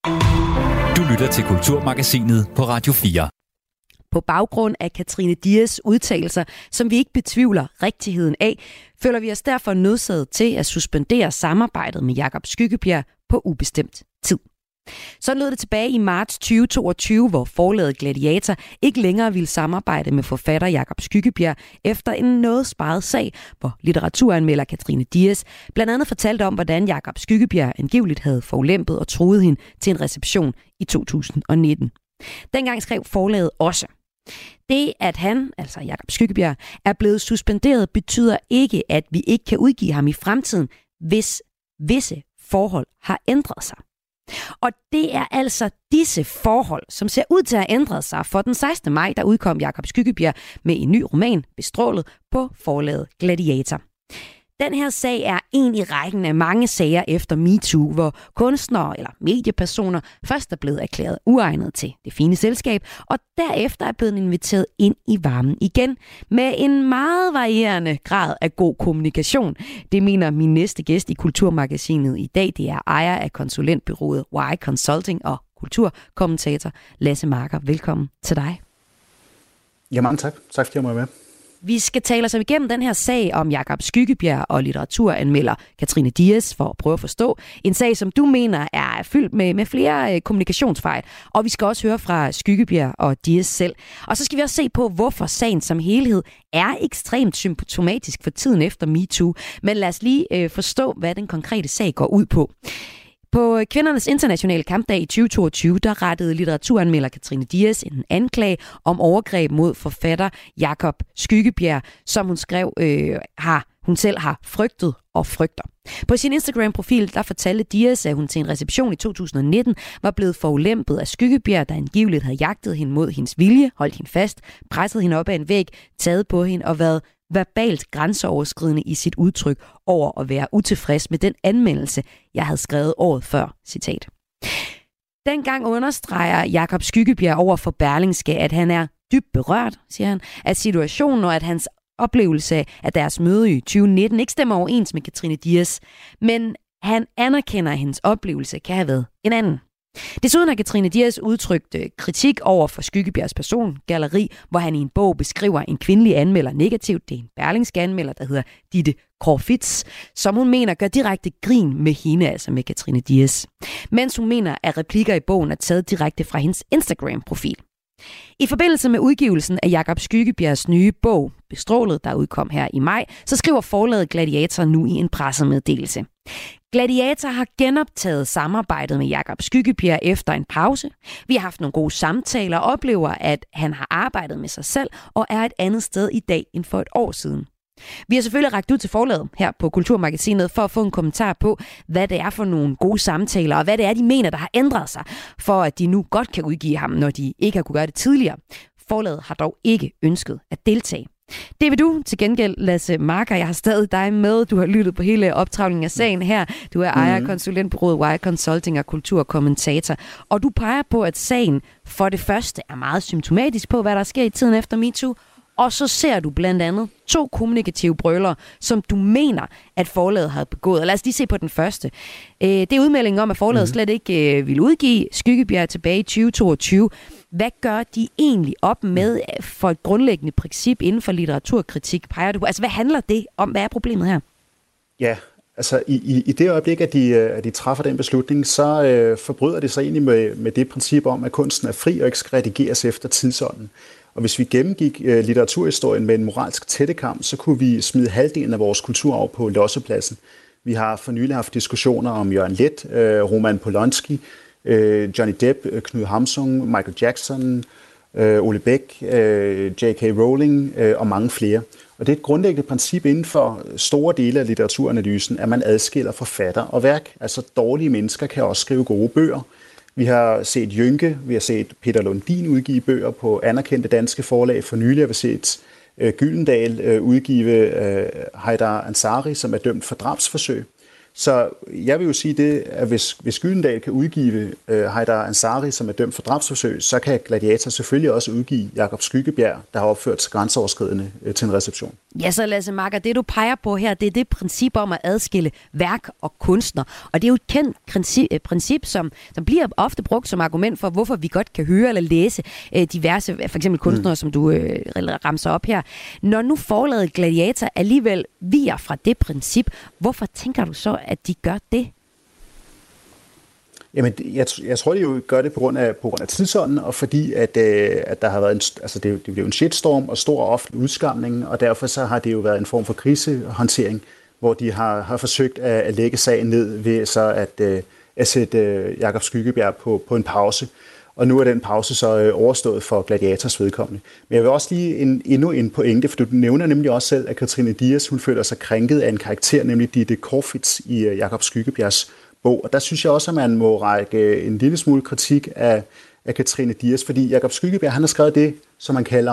Du lytter til Kulturmagasinet på Radio 4. På baggrund af Katrine Dias udtalelser, som vi ikke betvivler rigtigheden af, føler vi os derfor nødsaget til at suspendere samarbejdet med Jakob Skyggebjerg på ubestemt tid. Så lød det tilbage i marts 2022, hvor forlaget Gladiator ikke længere ville samarbejde med forfatter Jakob Skyggebjerg efter en noget sparet sag, hvor litteraturanmelder Katrine Dias blandt andet fortalte om, hvordan Jakob Skyggebjerg angiveligt havde forulempet og truet hende til en reception i 2019. Dengang skrev forlaget også: det, at han, altså Jakob Skyggebjerg, er blevet suspenderet, betyder ikke, at vi ikke kan udgive ham i fremtiden, hvis visse forhold har ændret sig. Og det er altså disse forhold, som ser ud til at have ændret sig, for den 16. maj, der udkom Jakob Skyggebjerg med en ny roman, Bestrålet, på forlaget Gladiator. Den her sag er en i rækken af mange sager efter MeToo, hvor kunstnere eller mediepersoner først er blevet erklæret uegnet til det fine selskab, og derefter er blevet inviteret ind i varmen igen med en meget varierende grad af god kommunikation. Det mener min næste gæst i Kulturmagasinet i dag. Det er ejer af konsulentbyrået Y Consulting og kulturkommentator Lasse Marker. Velkommen til dig. Ja, mange tak. Tak fordi jeg må være med. Vi skal tale os igennem den her sag om Jakob Skyggebjerg og litteraturanmelder Katrine Dias for at prøve at forstå. En sag, som du mener er fyldt med flere kommunikationsfejl. Og vi skal også høre fra Skyggebjerg og Dias selv. Og så skal vi også se på, hvorfor sagen som helhed er ekstremt symptomatisk for tiden efter MeToo. Men lad os lige forstå, hvad den konkrete sag går ud på. På Kvindernes Internationale Kampdag i 2022, der rettede litteraturanmelder Katrine Dias en anklage om overgreb mod forfatter Jakob Skyggebjerg, som hun skrev, hun selv har frygtet og frygter. På sin Instagram-profil, der fortalte Dias, at hun til en reception i 2019 var blevet forulempet af Skyggebjerg, der angiveligt havde jagtet hende mod hendes vilje, holdt hende fast, presset hende op ad en væg, taget på hende og været verbalt grænseoverskridende i sit udtryk over at være utilfreds med den anmeldelse, jeg havde skrevet året før. Citat. Dengang understreger Jakob Skyggebjerg over for Berlingske, at han er dybt berørt, siger han, af situationen, og at hans oplevelse af deres møde i 2019 ikke stemmer overens med Katrine Dias, men han anerkender, at hendes oplevelse kan have været en anden. Desuden har Katrine Dias udtrykt kritik over for Skyggebjergs persongalleri, hvor han i en bog beskriver en kvindelig anmelder negativt. Det er en berlingske anmelder, der hedder Ditte Korfitz, som hun mener gør direkte grin med hende, altså med Katrine Dias. Mens hun mener, at replikker i bogen er taget direkte fra hendes Instagram-profil. I forbindelse med udgivelsen af Jakob Skyggebjergs nye bog, Bestrålet, der udkom her i maj, så skriver forlaget Gladiator nu i en pressemeddelelse. Gladiator har genoptaget samarbejdet med Jakob Skyggebjerg efter en pause. Vi har haft nogle gode samtaler og oplever, at han har arbejdet med sig selv og er et andet sted i dag end for et år siden. Vi har selvfølgelig rakt ud til forlaget her på Kulturmagasinet for at få en kommentar på, hvad det er for nogle gode samtaler, og hvad det er, de mener, der har ændret sig, for at de nu godt kan udgive ham, når de ikke har kunne gøre det tidligere. Forlaget har dog ikke ønsket at deltage. Det vil du til gengæld, Lasse Marker. Jeg har stadig dig med. Du har lyttet på hele optrævlingen af sagen her. Du er ejer af konsulentbureauet Y Consulting og kulturkommentator. Og du peger på, at sagen for det første er meget symptomatisk på, hvad der sker i tiden efter MeToo. Og så ser du blandt andet 2 kommunikative brøler, som du mener, at forlaget har begået. Og lad os lige se på den første. Det er udmeldingen om, at forlaget slet ikke vil udgive Skyggebjerg tilbage i 2022. Hvad gør de egentlig op med for et grundlæggende princip inden for litteraturkritik, peger du? Altså, hvad handler det om? Hvad er problemet her? Ja, altså i det øjeblik, at de træffer den beslutning, så forbryder det sig egentlig med det princip om, at kunsten er fri og ikke skal redigeres efter tidsånden. Og hvis vi gennemgik litteraturhistorien med en moralsk tættekamp, så kunne vi smide halvdelen af vores kulturarv på lossepladsen. Vi har for nylig haft diskussioner om Jørgen Leth, Roman Polanski, Johnny Depp, Knud Hamsun, Michael Jackson, Ole Bech, J.K. Rowling og mange flere. Og det er et grundlæggende princip inden for store dele af litteraturanalysen, at man adskiller forfatter og værk. Altså dårlige mennesker kan også skrive gode bøger. Vi har set Jynke, vi har set Peter Lundin udgive bøger på anerkendte danske forlag. For nylig har vi set Gyldendal udgive Haydar Ansari, som er dømt for drabsforsøg. Så jeg vil jo sige det, at hvis Gyldendal kan udgive Haydar Ansari, som er dømt for drabsforsøg, så kan Gladiator selvfølgelig også udgive Jakob Skyggebjerg, der har opført sig grænseoverskridende til en reception. Ja, så Lasse Marker, det du peger på her, det er det princip om at adskille værk og kunstner. Og det er jo et kendt princip, som bliver ofte brugt som argument for, hvorfor vi godt kan høre eller læse diverse, for eksempel kunstnere, som du ramser op her. Når nu forlaget Gladiator alligevel viger fra det princip, hvorfor tænker du så, at de gør det? Jamen, jeg tror, de jo gør det på grund af tidsånden, og fordi at der har været det blev en shitstorm og stor offentlig udskamning, og derfor så har det jo været en form for krisehåndtering, hvor de har forsøgt at lægge sagen ned ved så at sætte Jakob Skyggebjerg på en pause. Og nu er den pause så overstået for Gladiators vedkommende. Men jeg vil også lige endnu en pointe, for du nævner nemlig også selv, at Katrine Dias, hun føler sig krænket af en karakter, nemlig Ditte Korfitz i Jakob Skyggebjergs bog. Og der synes jeg også, at man må række en lille smule kritik af Katrine Dias, fordi Jakob Skyggebjerg, han har skrevet det, som man kalder,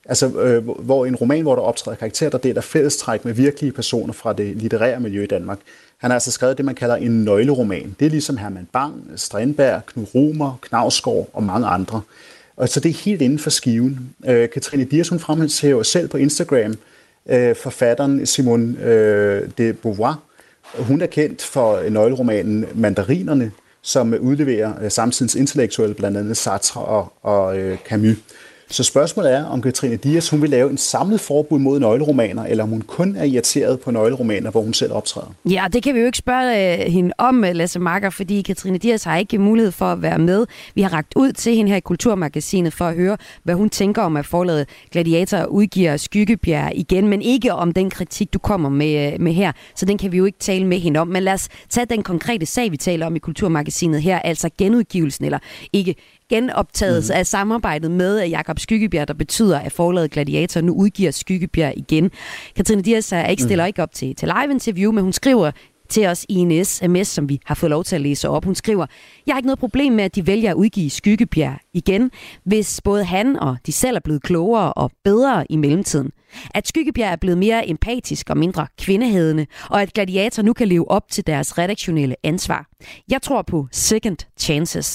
hvor en roman, hvor der optræder karakterer, der deler fællestræk med virkelige personer fra det litterære miljø i Danmark. Han har altså skrevet det, man kalder en nøgleroman. Det er ligesom Herman Bang, Strindberg, Knud Romer, Knausgård og mange andre. Og så det er helt inden for skiven. Katrine Dias, hun fremhæver selv på Instagram forfatteren Simone de Beauvoir. Hun er kendt for nøgleromanen Mandarinerne, som udleverer samtidens intellektuelle, blandt andet Sartre og Camus. Så spørgsmålet er, om Katrine Dias, hun vil lave en samlet forbud mod nøgleromaner, eller om hun kun er irriteret på nøgleromaner, hvor hun selv optræder. Ja, det kan vi jo ikke spørge hende om, Lasse Marker, fordi Katrine Dias har ikke mulighed for at være med. Vi har rakt ud til hende her i Kulturmagasinet for at høre, hvad hun tænker om, at forlaget Gladiator udgiver Skyggebjerg igen, men ikke om den kritik, du kommer med her. Så den kan vi jo ikke tale med hende om. Men lad os tage den konkrete sag, vi taler om i Kulturmagasinet her, altså genudgivelsen, eller ikke genoptagelse af samarbejdet med Jakob Skyggebjerg, der betyder, at forlaget Gladiator nu udgiver Skyggebjerg igen. Katrine Dias stiller ikke op til live-interview, men hun skriver til os i en sms, som vi har fået lov til at læse op. Hun skriver, jeg har ikke noget problem med, at de vælger at udgive Skyggebjerg igen, hvis både han og de selv er blevet klogere og bedre i mellemtiden. At Skyggebjerg er blevet mere empatisk og mindre kvindehædende, og at Gladiator nu kan leve op til deres redaktionelle ansvar. Jeg tror på second chances.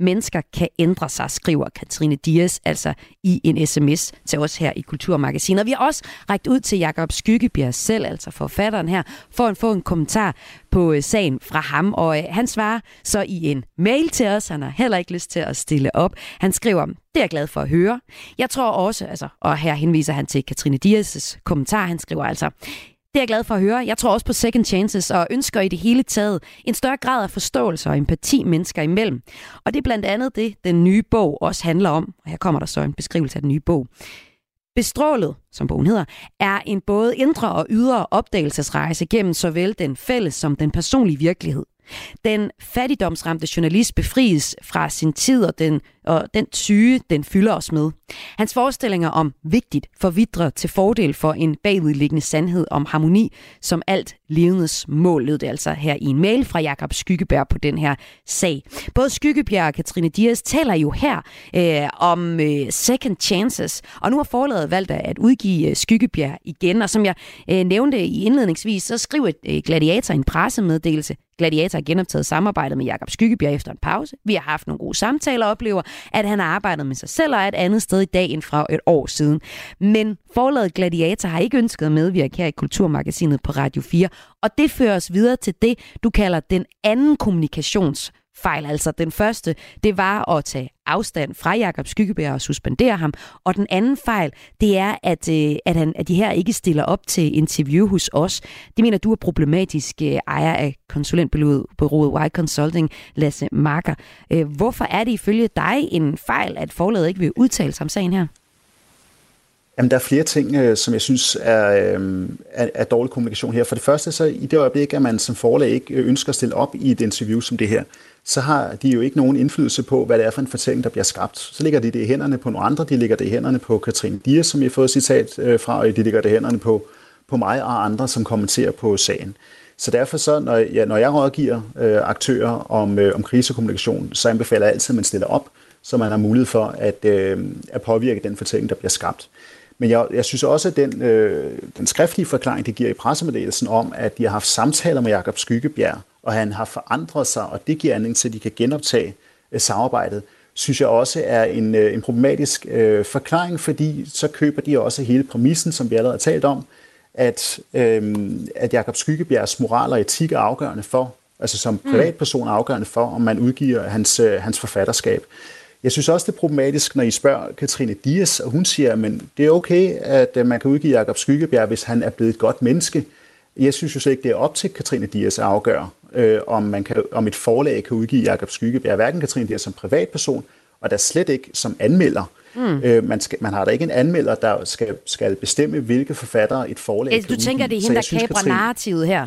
mennesker kan ændre sig, skriver Katrine Dias altså i en sms til os her i Kulturmagasinet. Vi har også rækket ud til Jakob Skyggebjerg selv, altså forfatteren her, for at få en kommentar på sagen fra ham. Og han svarer så i en mail til os. Han har heller ikke lyst til at stille op. Han skriver, det er jeg glad for at høre. Jeg tror også, og her henviser han til Katrine Dias' kommentar. Han skriver altså, det er jeg glad for at høre. Jeg tror også på second chances og ønsker i det hele taget en større grad af forståelse og empati mennesker imellem. Og det er blandt andet det, den nye bog også handler om. Og her kommer der så en beskrivelse af den nye bog. Bestrålet, som bogen hedder, er en både indre og ydre opdagelsesrejse gennem såvel den fælles som den personlige virkelighed. Den fattigdomsramte journalist befries fra sin tid og den syge, den fylder os med. Hans forestillinger om vigtigt forvidrer til fordel for en bagudliggende sandhed om harmoni som alt levendes mål, lød det altså her i en mail fra Jakob Skyggebjerg på den her sag. Både Skyggebjerg og Katrine Dias taler jo her om second chances, og nu har forlaget valgt at udgive Skyggebjerg igen, og som jeg nævnte i indledningsvis, så skriver Gladiator en pressemeddelelse. Gladiator har genoptaget samarbejdet med Jakob Skyggebjerg efter en pause. Vi har haft nogle gode samtaler og oplever, at han har arbejdet med sig selv og er et andet sted i dag end fra et år siden. Men forlaget Gladiator har ikke ønsket at medvirke her i Kulturmagasinet på Radio 4, og det fører os videre til det, du kalder den anden kommunikationsfejl. Altså den første, det var at tage afstand fra Jakob Skyggebjerg og suspendere ham. Og den anden fejl, det er, at de her ikke stiller op til interview hos os. Det mener du er problematisk, ejer af konsulentbureauet Y Consulting, Lasse Marker. Hvorfor er det ifølge dig en fejl, at forlaget ikke vil udtale sig om sagen her? Jamen, der er flere ting, som jeg synes er dårlig kommunikation her. For det første, så i det øjeblik, at man som forlag ikke ønsker at stille op i et interview som det her, så har de jo ikke nogen indflydelse på, hvad det er for en fortælling, der bliver skabt. Så ligger det i hænderne på nogle andre. De ligger det i hænderne på Katrine Dias, som jeg har fået citat fra, og de ligger det i hænderne på mig og andre, som kommenterer på sagen. Så derfor så, når jeg rådgiver aktører om krisekommunikation, så anbefaler jeg altid, at man stiller op, så man har mulighed for at påvirke den fortælling, der bliver skabt. Men jeg synes også, at den skriftlige forklaring, det giver i pressemeddelelsen om, at de har haft samtaler med Jakob Skyggebjerg, og han har forandret sig, og det giver anledning til, at de kan genoptage samarbejdet, synes jeg også er en problematisk forklaring, fordi så køber de også hele præmissen, som vi allerede har talt om, at Jakob Skyggebjergs moral og etik er afgørende for, altså som privatperson er afgørende for, om man udgiver hans forfatterskab. Jeg synes også, det er problematisk, når I spørger Katrine Dias, og hun siger, at det er okay, at man kan udgive Jakob Skyggebjerg, hvis han er blevet et godt menneske. Jeg synes jo så ikke, det er op til Katrine Dias at afgøre, om et forlag kan udgive Jakob Skyggebjerg. Hverken Katrine Dias som privatperson, og der slet ikke som anmelder. Man har da ikke en anmelder, der skal bestemme, hvilke forfattere et forlag kan udgive. Du tænker, det er hende, der kaprer narrativet her?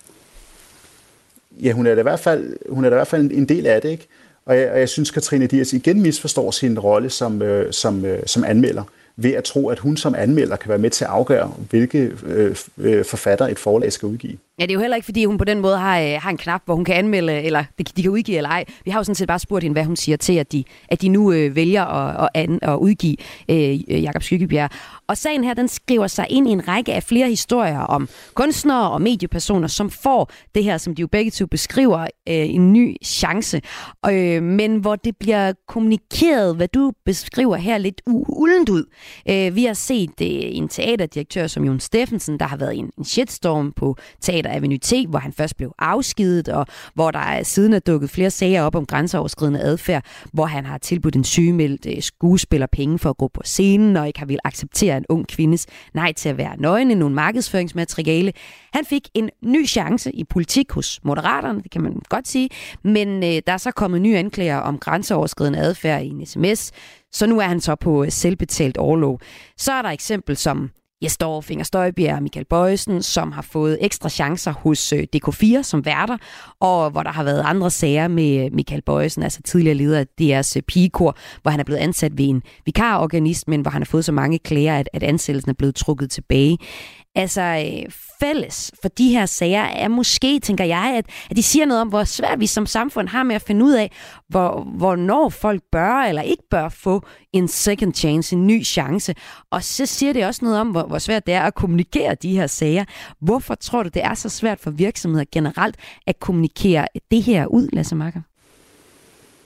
Ja, hun er da i hvert fald en del af det, ikke? Og jeg synes, Katrine Dias igen misforstår sin rolle som anmelder, ved at tro, at hun som anmelder kan være med til at afgøre, hvilke forfattere et forlag skal udgive. Ja, det er jo heller ikke, fordi hun på den måde har en knap, hvor hun kan anmelde, eller de kan udgive eller ej. Vi har jo sådan set bare spurgt hende, hvad hun siger til, at de nu vælger at udgive Jakob Skyggebjerg. Og sagen her, den skriver sig ind i en række af flere historier om kunstnere og mediepersoner, som får det her, som de jo begge to beskriver, en ny chance. Men hvor det bliver kommunikeret, hvad du beskriver her, lidt uldent ud. Vi har set en teaterdirektør som Jon Steffensen, der har været i en shitstorm på Teater Avenue T, hvor han først blev afskedet, og hvor der siden er dukket flere sager op om grænseoverskridende adfærd, hvor han har tilbudt en sygemeldt skuespiller penge for at gå på scenen, og ikke har vil acceptere en ung kvindes nej til at være nøgen i nogle markedsføringsmateriale. Han fik en ny chance i politik hos Moderaterne, det kan man godt sige, men der er så kommet nye anklager om grænseoverskridende adfærd i en sms, så nu er han så på selvbetalt orlov. Så er der eksempel som Jes Dorph, Inger Støjberg og Michael Bojesen, som har fået ekstra chancer hos DK4 som værter, og hvor der har været andre sager med Michael Bojesen, altså tidligere leder af deres pigekor, hvor han er blevet ansat ved en vikarorganist, men hvor han har fået så mange klager, at ansættelsen er blevet trukket tilbage. Altså fælles for de her sager er måske, tænker jeg, at de siger noget om, hvor svært vi som samfund har med at finde ud af, hvornår folk bør eller ikke bør få en second chance, en ny chance. Og så siger det også noget om, hvor svært det er at kommunikere de her sager. Hvorfor tror du, det er så svært for virksomheder generelt at kommunikere det her ud, Lasse Marker?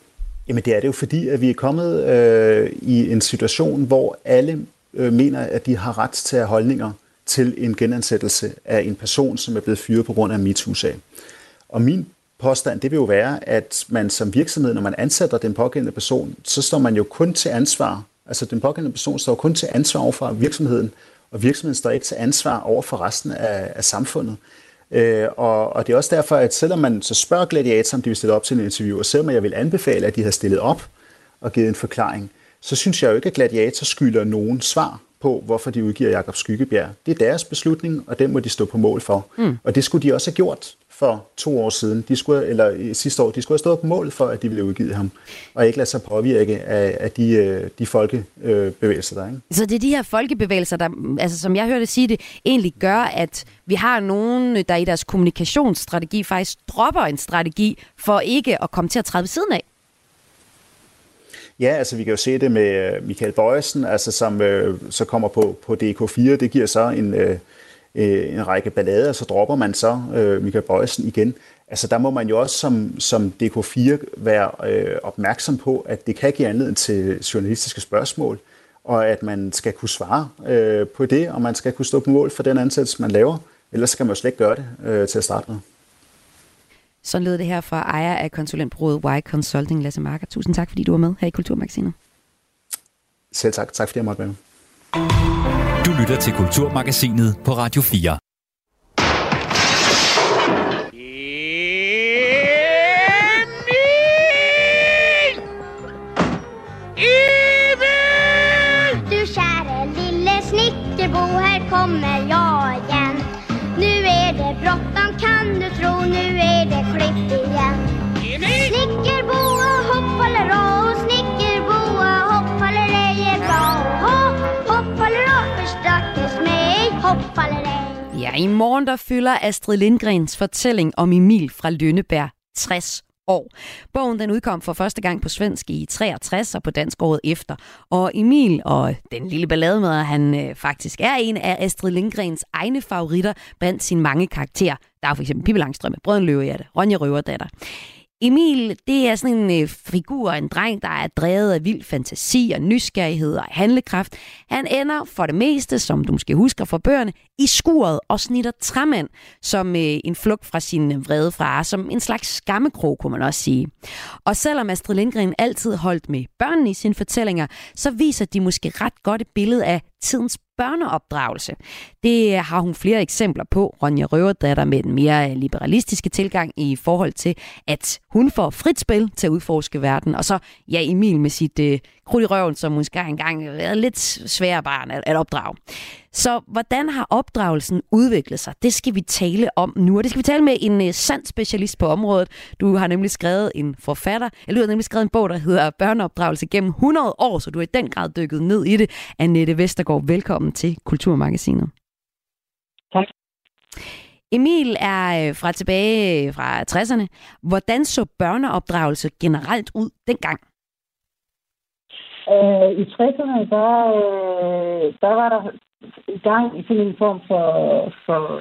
Jamen det er det jo, fordi at vi er kommet i en situation, hvor alle mener, at de har ret til at have holdninger til en genansættelse af en person, som er blevet fyret på grund af en MeToo-sag. Og min påstand, det vil jo være, at man som virksomhed, når man ansætter den pågældende person, så står man jo kun til ansvar. Altså den pågældende person står kun til ansvar over for virksomheden, og virksomheden står ikke til ansvar over for resten af samfundet. Og det er også derfor, at selvom man så spørger Gladiator, om de vil stille op til en interview, og selvom jeg vil anbefale, at de har stillet op og givet en forklaring, så synes jeg jo ikke, at Gladiator skylder nogen svar på, hvorfor de udgiver Jakob Skyggebjerg. Det er deres beslutning, og den må de stå på mål for. Og det skulle de også have gjort for 2 år siden. Sidste år. De skulle have stået på mål for, at de ville udgive ham, og ikke lade sig påvirke af de folkebevægelser, der. Ikke? Så det er de her folkebevægelser, der, altså, som jeg hørte sige det, egentlig gør, at vi har nogen, der i deres kommunikationsstrategi faktisk dropper en strategi for ikke at komme til at træde ved siden af. Ja, altså vi kan jo se det med Michael Bojesen, altså, som så kommer på DK4. Det giver så en række ballader, så dropper man så Michael Bojesen igen. Altså der må man jo også som DK4 være opmærksom på, at det kan give anledning til journalistiske spørgsmål, og at man skal kunne svare på det, og man skal kunne stå på mål for den ansættelse, man laver. Ellers skal man jo slet ikke gøre det til at starte med. Så lød det her fra ejer af konsulentbureauet Y Consulting, Lasse Marker. Tusind tak, fordi du var med her i Kulturmagasinet. Selv tak. Tak fordi jeg måtte være med. Du lytter til Kulturmagasinet på Radio 4. Du kära lille snickerbo, här kommer jag igen. Nu är det bråttom, kan du tro, nu är det klippt igen. Snickerbo och hoppalera, och snickerbo och hoppalera är bra. Hoppalera förstackes mig, hoppalera. Ja, i morgen der fylder Astrid Lindgrens fortælling om Emil fra Lønneberg 60 år. Bogen den udkom for første gang på svensk i 63 og på dansk året efter. Og Emil og den lille ballademager, han faktisk er en af Astrid Lindgrens egne favoritter blandt sine mange karakterer. Der er for eksempel Pippi Langstrømpe, Brøden Løvehjerte, Ronja Røverdatter. Emil, det er sådan en figur, en dreng, der er drevet af vild fantasi og nysgerrighed og handlekraft. Han ender for det meste, som du måske husker fra bøgerne, i skuret og snitter træmand som en flugt fra sin vrede far, som en slags skammekrog, kunne man også sige. Og selvom Astrid Lindgren altid holdt med børnene i sine fortællinger, så viser de måske ret godt et billede af tidens børneopdragelse. Det har hun flere eksempler på. Ronja Røverdatter med den mere liberalistiske tilgang i forhold til, at hun får frit spil til at udforske verden. Og så Emil med sit krudt i røven, som måske engang er lidt sværere barn at opdrage. Så hvordan har opdragelsen udviklet sig? Det skal vi tale om nu, og det skal vi tale med en sand specialist på området. Du har nemlig skrevet en bog, der hedder Børneopdragelse gennem 100 år, så du er i den grad dykket ned i det. Annette Vestergaard, velkommen til Kulturmagasinet. Tak. Emil er tilbage fra 60'erne. Hvordan så børneopdragelse generelt ud dengang? I 60'erne, der var der i gang i sådan en form for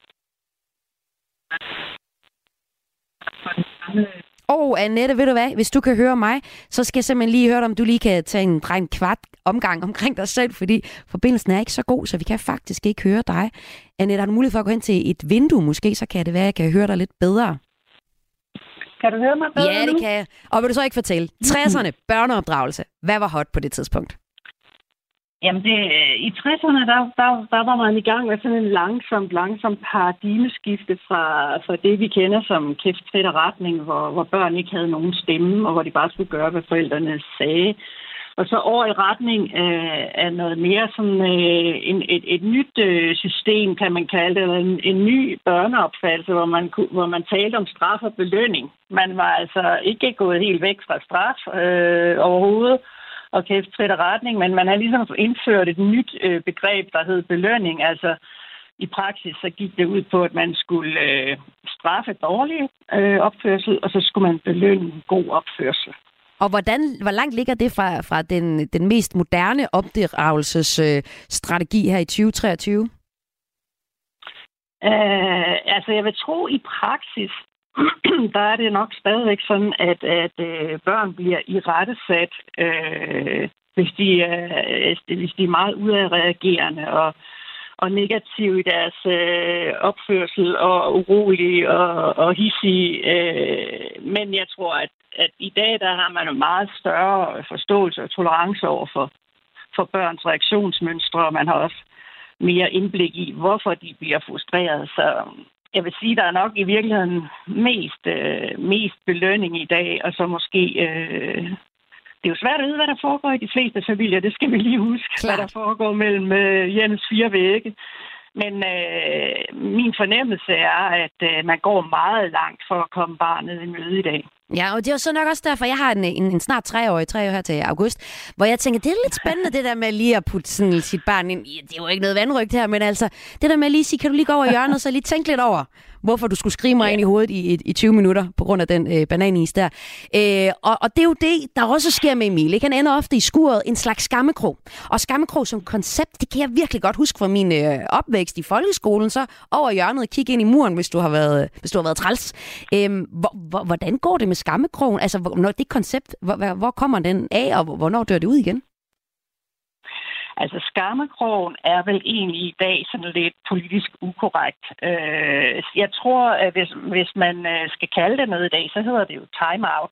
Annette, ved du hvad? Hvis du kan høre mig, så skal jeg simpelthen lige høre dig, om du lige kan tage en kvart omgang omkring dig selv, fordi forbindelsen er ikke så god, så vi kan faktisk ikke høre dig. Annette, har du mulighed for at gå hen til et vindue måske, så kan det være, at jeg kan høre dig lidt bedre. Kan du høre mig bedre? Ja, det kan jeg. Og vil du så ikke fortælle? 60'erne, børneopdragelse. Hvad var hot på det tidspunkt? Jamen, i 60'erne, der var man i gang med sådan en langsomt paradigmeskifte fra det, vi kender som kæft, trit og retning, hvor børn ikke havde nogen stemme, og hvor de bare skulle gøre, hvad forældrene sagde. Og så over i retning af noget mere sådan et nyt system, kan man kalde det, eller en ny børneopfattelse, hvor man talte om straf og belønning. Man var altså ikke gået helt væk fra straf overhovedet, og kæft, trit og retning, men man har ligesom indført et nyt begreb, der hed belønning. Altså i praksis så gik det ud på, at man skulle straffe dårlig opførsel, og så skulle man belønne god opførsel. Og hvor langt ligger det fra den mest moderne opdragelsesstrategi her i 2023? Altså jeg vil tro i praksis, der er det nok stadigvæk sådan, at børn bliver irettesat, hvis de er meget udadreagerende og negative i deres opførsel og urolige og hissige. Men jeg tror, at i dag der har man en meget større forståelse og tolerance over for børns reaktionsmønstre, og man har også mere indblik i, hvorfor de bliver frustreret. Så jeg vil sige, der er nok i virkeligheden mest belønning i dag, og så måske... det er jo svært at vide, hvad der foregår i de fleste familier. Det skal vi lige huske, hvad der foregår mellem hjemmets 4 vægge. Men min fornemmelse er, at man går meget langt for at komme barnet i møde i dag. Ja, og det er så nok også derfor, jeg har en snart 3 år her til august, hvor jeg tænker, det er lidt spændende det der med lige at putte sådan sit barn ind. Det er jo ikke noget vandrygt her, men altså det der med at lige sige, kan du lige gå over i hjørnet, så lige tænke lidt over, hvorfor du skulle skrige mig ind i hovedet i 20 minutter på grund af den bananis der. Og det er jo det, der også sker med Emil. Ikke? Han ender ofte i skuret en slags skammekrog. Og skammekrog som koncept, det kan jeg virkelig godt huske fra min opvækst i folkeskolen. Så over hjørnet og kigge ind i muren, hvis du har været træls. Hvordan går det med skammekrogen? Altså, når det koncept, hvor kommer den af, og hvornår dør det ud igen? Altså, skammekrogen er vel egentlig i dag sådan lidt politisk ukorrekt. Jeg tror, at hvis man skal kalde det noget i dag, så hedder det jo time-out.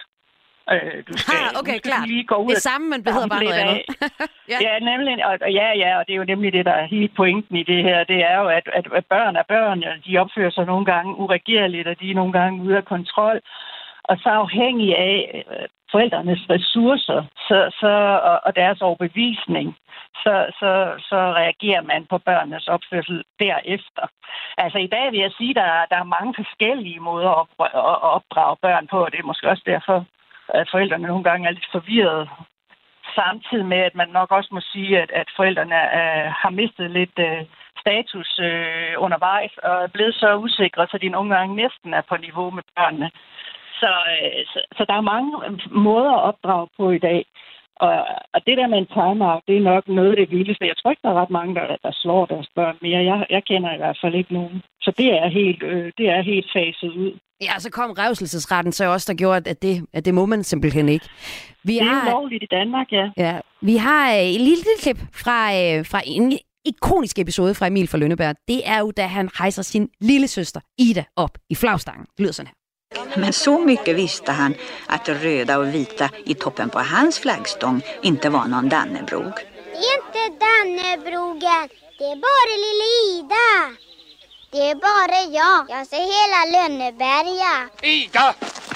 Okay, klart. Det samme, men det hedder bare noget andet. Ja, nemlig, og det er jo nemlig det, der er hele pointen i det her. Det er jo, at børn er børn, og de opfører sig nogle gange uregerligt, og de er nogle gange ude af kontrol. Og så afhængig af forældrenes ressourcer og deres overbevisning, så reagerer man på børnenes opførsel derefter. Altså i dag vil jeg sige, at der er mange forskellige måder at opdrage børn på, og det er måske også derfor, at forældrene nogle gange er lidt forvirrede. Samtidig med, at man nok også må sige, at forældrene har mistet lidt status undervejs, og er blevet så usikre, så de nogle gange næsten er på niveau med børnene. Så der er mange måder at opdrage på i dag. Og det der med en timeout, det er nok noget af det vildeste. Jeg tror ikke, der er ret mange, der slår deres børn mere. Jeg kender i hvert fald ikke nogen. Så det er helt faset ud. Ja, så kom revselsesretten så også, der gjorde, at det må man simpelthen ikke. Det er lovligt i Danmark, ja. Ja. Vi har et lille klip fra en ikonisk episode fra Emil fra Lønneberg. Det er jo, da han hejser sin lille søster Ida op i flagstangen. Det lyder sådan her. Men så mycket visste han att det röda och vita i toppen på hans flaggstång inte var någon Dannebrog. Det är inte Dannebrogen, det är bara lilla Ida. Det är bara jag ser hela Lönneberga. Ida!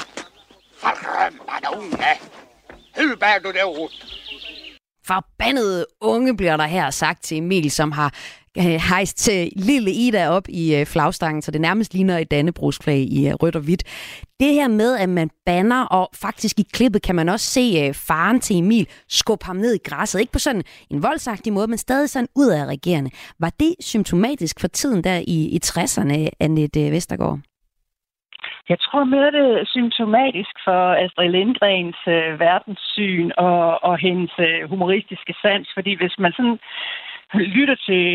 Förbannade unge! Hur bär du det åt? Forbandede unge bliver der her sagt til Emil, som har hejst til lille Ida op i flagstangen, så det nærmest ligner et dannebrogsflag i rødt og hvidt. Det her med, at man banner, og faktisk i klippet kan man også se faren til Emil skubbe ham ned i græsset. Ikke på sådan en voldsagtig måde, men stadig sådan udadreagerende. Var det symptomatisk for tiden der i 60'erne, Annette Vestergaard? Jeg tror mere, det er symptomatisk for Astrid Lindgrens verdenssyn og hendes humoristiske sans, fordi hvis man sådan lytter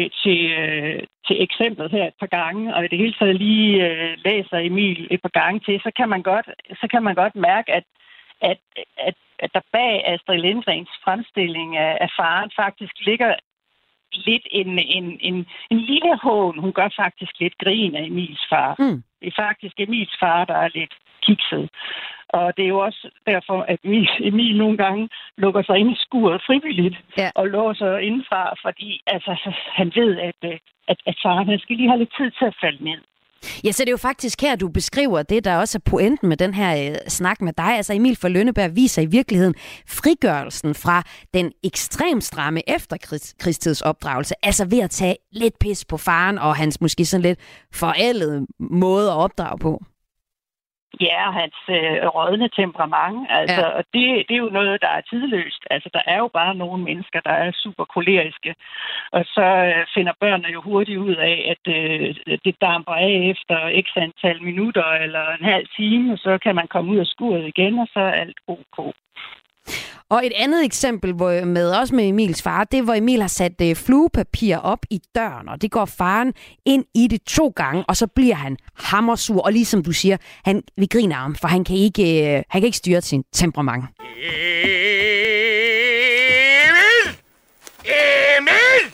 til eksemplet her et par gange, og i det hele taget lige læser Emil et par gange til, så kan man godt mærke, at der bag Astrid Lindgrens fremstilling af faren faktisk ligger lidt en lille hån. Hun gør faktisk lidt grin af Emils far. Det er faktisk Emils far, der er lidt kikset. Og det er jo også derfor, at Emil nogle gange lukker sig ind i skuret frivilligt og låser indenfra, fordi altså, han ved, at faren skal lige have lidt tid til at falde ned. Ja, så det er jo faktisk her, du beskriver det, der også er pointen med den her snak med dig. Altså Emil fra Lønneberg viser i virkeligheden frigørelsen fra den ekstremt stramme efterkrigstidsopdragelse. Altså ved at tage lidt pis på faren og hans måske sådan lidt forældede måde at opdrage på. Ja, hans rådne temperament. Altså, ja. Og det er jo noget, der er tidløst. Altså, der er jo bare nogle mennesker, der er super koleriske. Og så finder børnene jo hurtigt ud af, at det damper af efter x antal minutter eller en halv time, og så kan man komme ud af skuret igen, og så er alt ok. Og et andet eksempel også med Emils far, det hvor Emil har sat fluepapir op i døren, og det går faren ind i det 2 gange, og så bliver han hammersur, og ligesom du siger, vi griner ham, for han kan ikke styre sin temperament. Emil!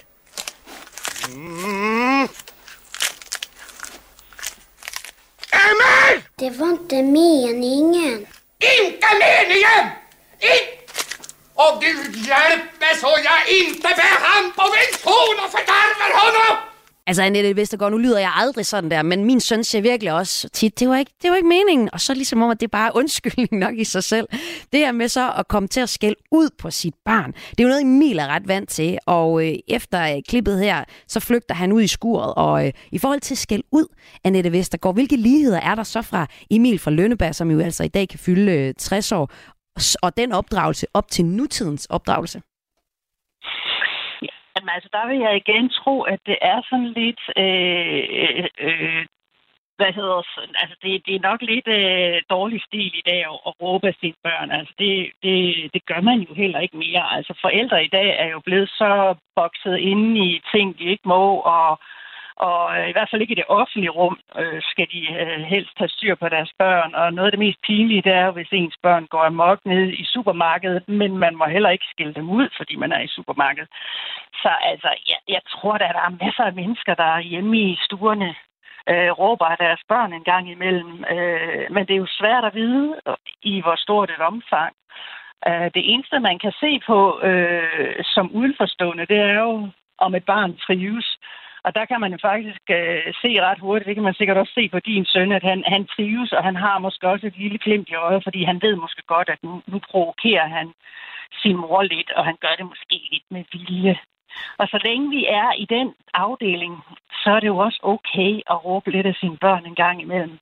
Emil! Det var inte meningen. Inte meningen! Och Gud hjälpe så jag inte bär hand på min son och fördärvar honom! Altså, Anette Vestergaard, nu lyder jeg aldrig sådan der, men min søn siger virkelig også tit, det var ikke meningen. Og så ligesom om, at det er bare undskyldning nok i sig selv. Det her med så at komme til at skælde ud på sit barn, det er jo noget, Emil er ret vant til. Og efter klippet her, så flygter han ud i skuret. Og i forhold til skæld ud, Anette Vestergaard, hvilke ligheder er der så fra Emil fra Lønneberg, som jo altså i dag kan fylde 60 år, og den opdragelse op til nutidens opdragelse? Jamen, altså, der vil jeg igen tro, at det er sådan lidt, det er nok lidt dårlig stil i dag at råbe af sine børn. Altså, det gør man jo heller ikke mere. Altså, forældre i dag er jo blevet så bokset inde i ting, de ikke må, og i hvert fald ikke i det offentlige rum skal de helst have styr på deres børn. Og noget af det mest pinlige, det er, hvis ens børn går amok ned i supermarkedet, men man må heller ikke skille dem ud, fordi man er i supermarkedet. Så altså, jeg tror, at der er masser af mennesker, der er hjemme i stuerne, råber af deres børn en gang imellem. Men det er jo svært at vide, i hvor stort et omfang. Det eneste, man kan se på som udenforstående, det er jo, om et barn trives. Og der kan man jo faktisk se ret hurtigt, det kan man sikkert også se på din søn, at han trives, og han har måske også et lille glimt i øjet, fordi han ved måske godt, at nu provokerer han sin mor lidt, og han gør det måske lidt med vilje. Og så længe vi er i den afdeling, så er det jo også okay at råbe lidt af sine børn en gang imellem.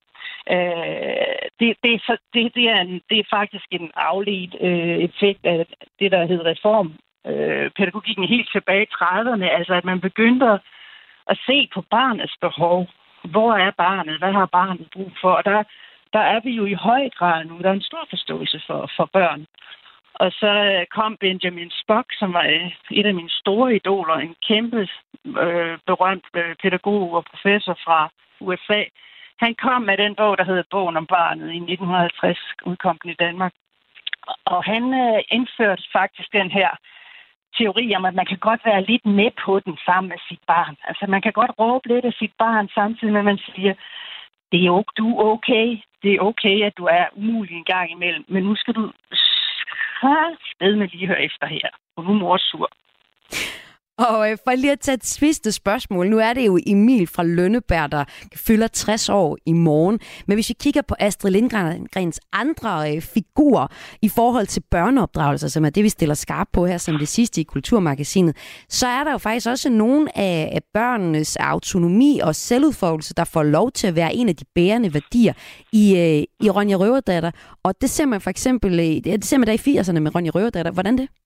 Det er faktisk en afledt effekt af det, der hedder reformpædagogikken helt tilbage i 30'erne. Altså, at man begyndte at se på barnets behov. Hvor er barnet? Hvad har barnet brug for? Og der er vi jo i høj grad nu. Der er en stor forståelse for børn. Og så kom Benjamin Spock, som var et af mine store idoler, en kæmpe berømt pædagog og professor fra USA. Han kom med den bog, der hedder Bogen om barnet i 1950, udkom den i Danmark. Og han indførte faktisk den her teori om, at man kan godt være lidt med på den sammen med sit barn. Altså man kan godt råbe lidt af sit barn, samtidig med at man siger, du er okay. Det er okay, at du er umulig en gang imellem, men nu skal du sted med lige høre efter her. Og nu er mor sur. Og for lige at tage et sidste spørgsmål. Nu er det jo Emil fra Lønneberg, der fylder 60 år i morgen. Men hvis vi kigger på Astrid Lindgrens andre figurer i forhold til børneopdragelser, som er det, vi stiller skarp på her som det sidste i Kulturmagasinet, så er der jo faktisk også nogle af børnenes autonomi og selvudfoldelse, der får lov til at være en af de bærende værdier i Ronja Røverdatter. Og det ser man for eksempel det ser man der i 80'erne med Ronja Røverdatter. Hvordan det?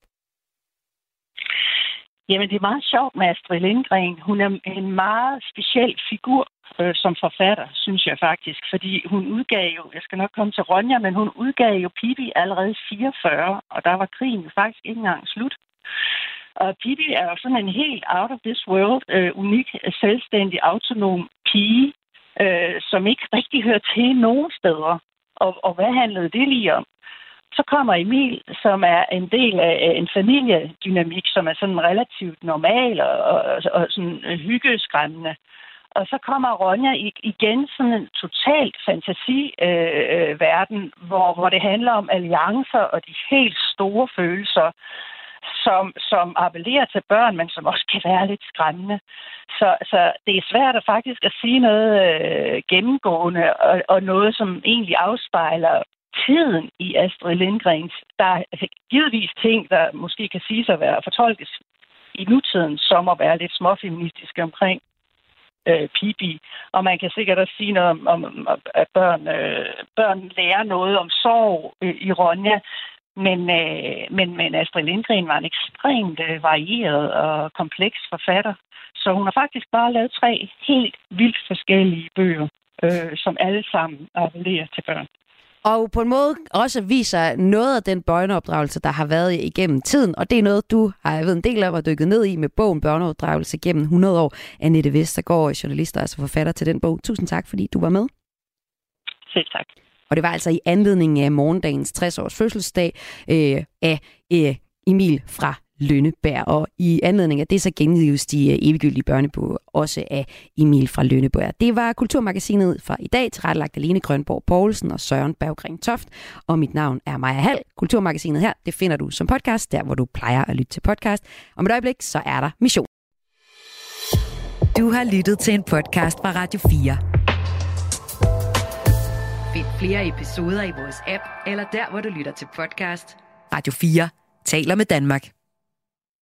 Jamen, det er meget sjovt med Astrid Lindgren. Hun er en meget speciel figur som forfatter, synes jeg faktisk. Fordi hun udgav jo, jeg skal nok komme til Ronja, men hun udgav jo Pippi allerede 44, og der var krigen faktisk ikke engang slut. Og Pippi er jo sådan en helt out of this world, unik, selvstændig, autonom pige, som ikke rigtig hører til nogen steder. Og hvad handlede det lige om? Så kommer Emil, som er en del af en familiedynamik, som er sådan relativt normal og sådan hyggeskræmmende. Og så kommer Ronja igen sådan en totalt fantasiverden, hvor det handler om alliancer og de helt store følelser, som appellerer til børn, men som også kan være lidt skræmmende. Så det er svært at faktisk at sige noget gennemgående og noget, som egentlig afspejler tiden i Astrid Lindgrens. Der er givetvis ting, der måske kan siges at være fortolkes i nutiden, som at være lidt småfeministiske omkring Pippi. Og man kan sikkert også sige noget om at børn lærer noget om sorg i Ronja. Men Astrid Lindgren var en ekstremt varieret og kompleks forfatter. Så hun har faktisk bare lavet 3 helt vildt forskellige bøger, som alle sammen appellerer til børn. Og på en måde også viser noget af den børneopdragelse, der har været igennem tiden. Og det er noget, du har jeg ved en del af at dykket ned i med bogen Børneopdragelse gennem 100 år. Annette Vestergaard, journalist og altså forfatter til den bog. Tusind tak, fordi du var med. Selv tak. Og det var altså i anledning af morgendagens 60-års fødselsdag af Emil fra Lønneberg. Og i anledning af det, så gengives de eviggyldige børnebøger også af Emil fra Lønneberg. Det var Kulturmagasinet fra i dag, tilrettelagt af Lene Grønborg Poulsen og Søren Berggren Toft. Og mit navn er Maja Hall. Kulturmagasinet her, det finder du som podcast, der hvor du plejer at lytte til podcast. Om et øjeblik, så er der Mission. Du har lyttet til en podcast fra Radio 4. Find flere episoder i vores app, eller der, hvor du lytter til podcast. Radio 4 taler med Danmark.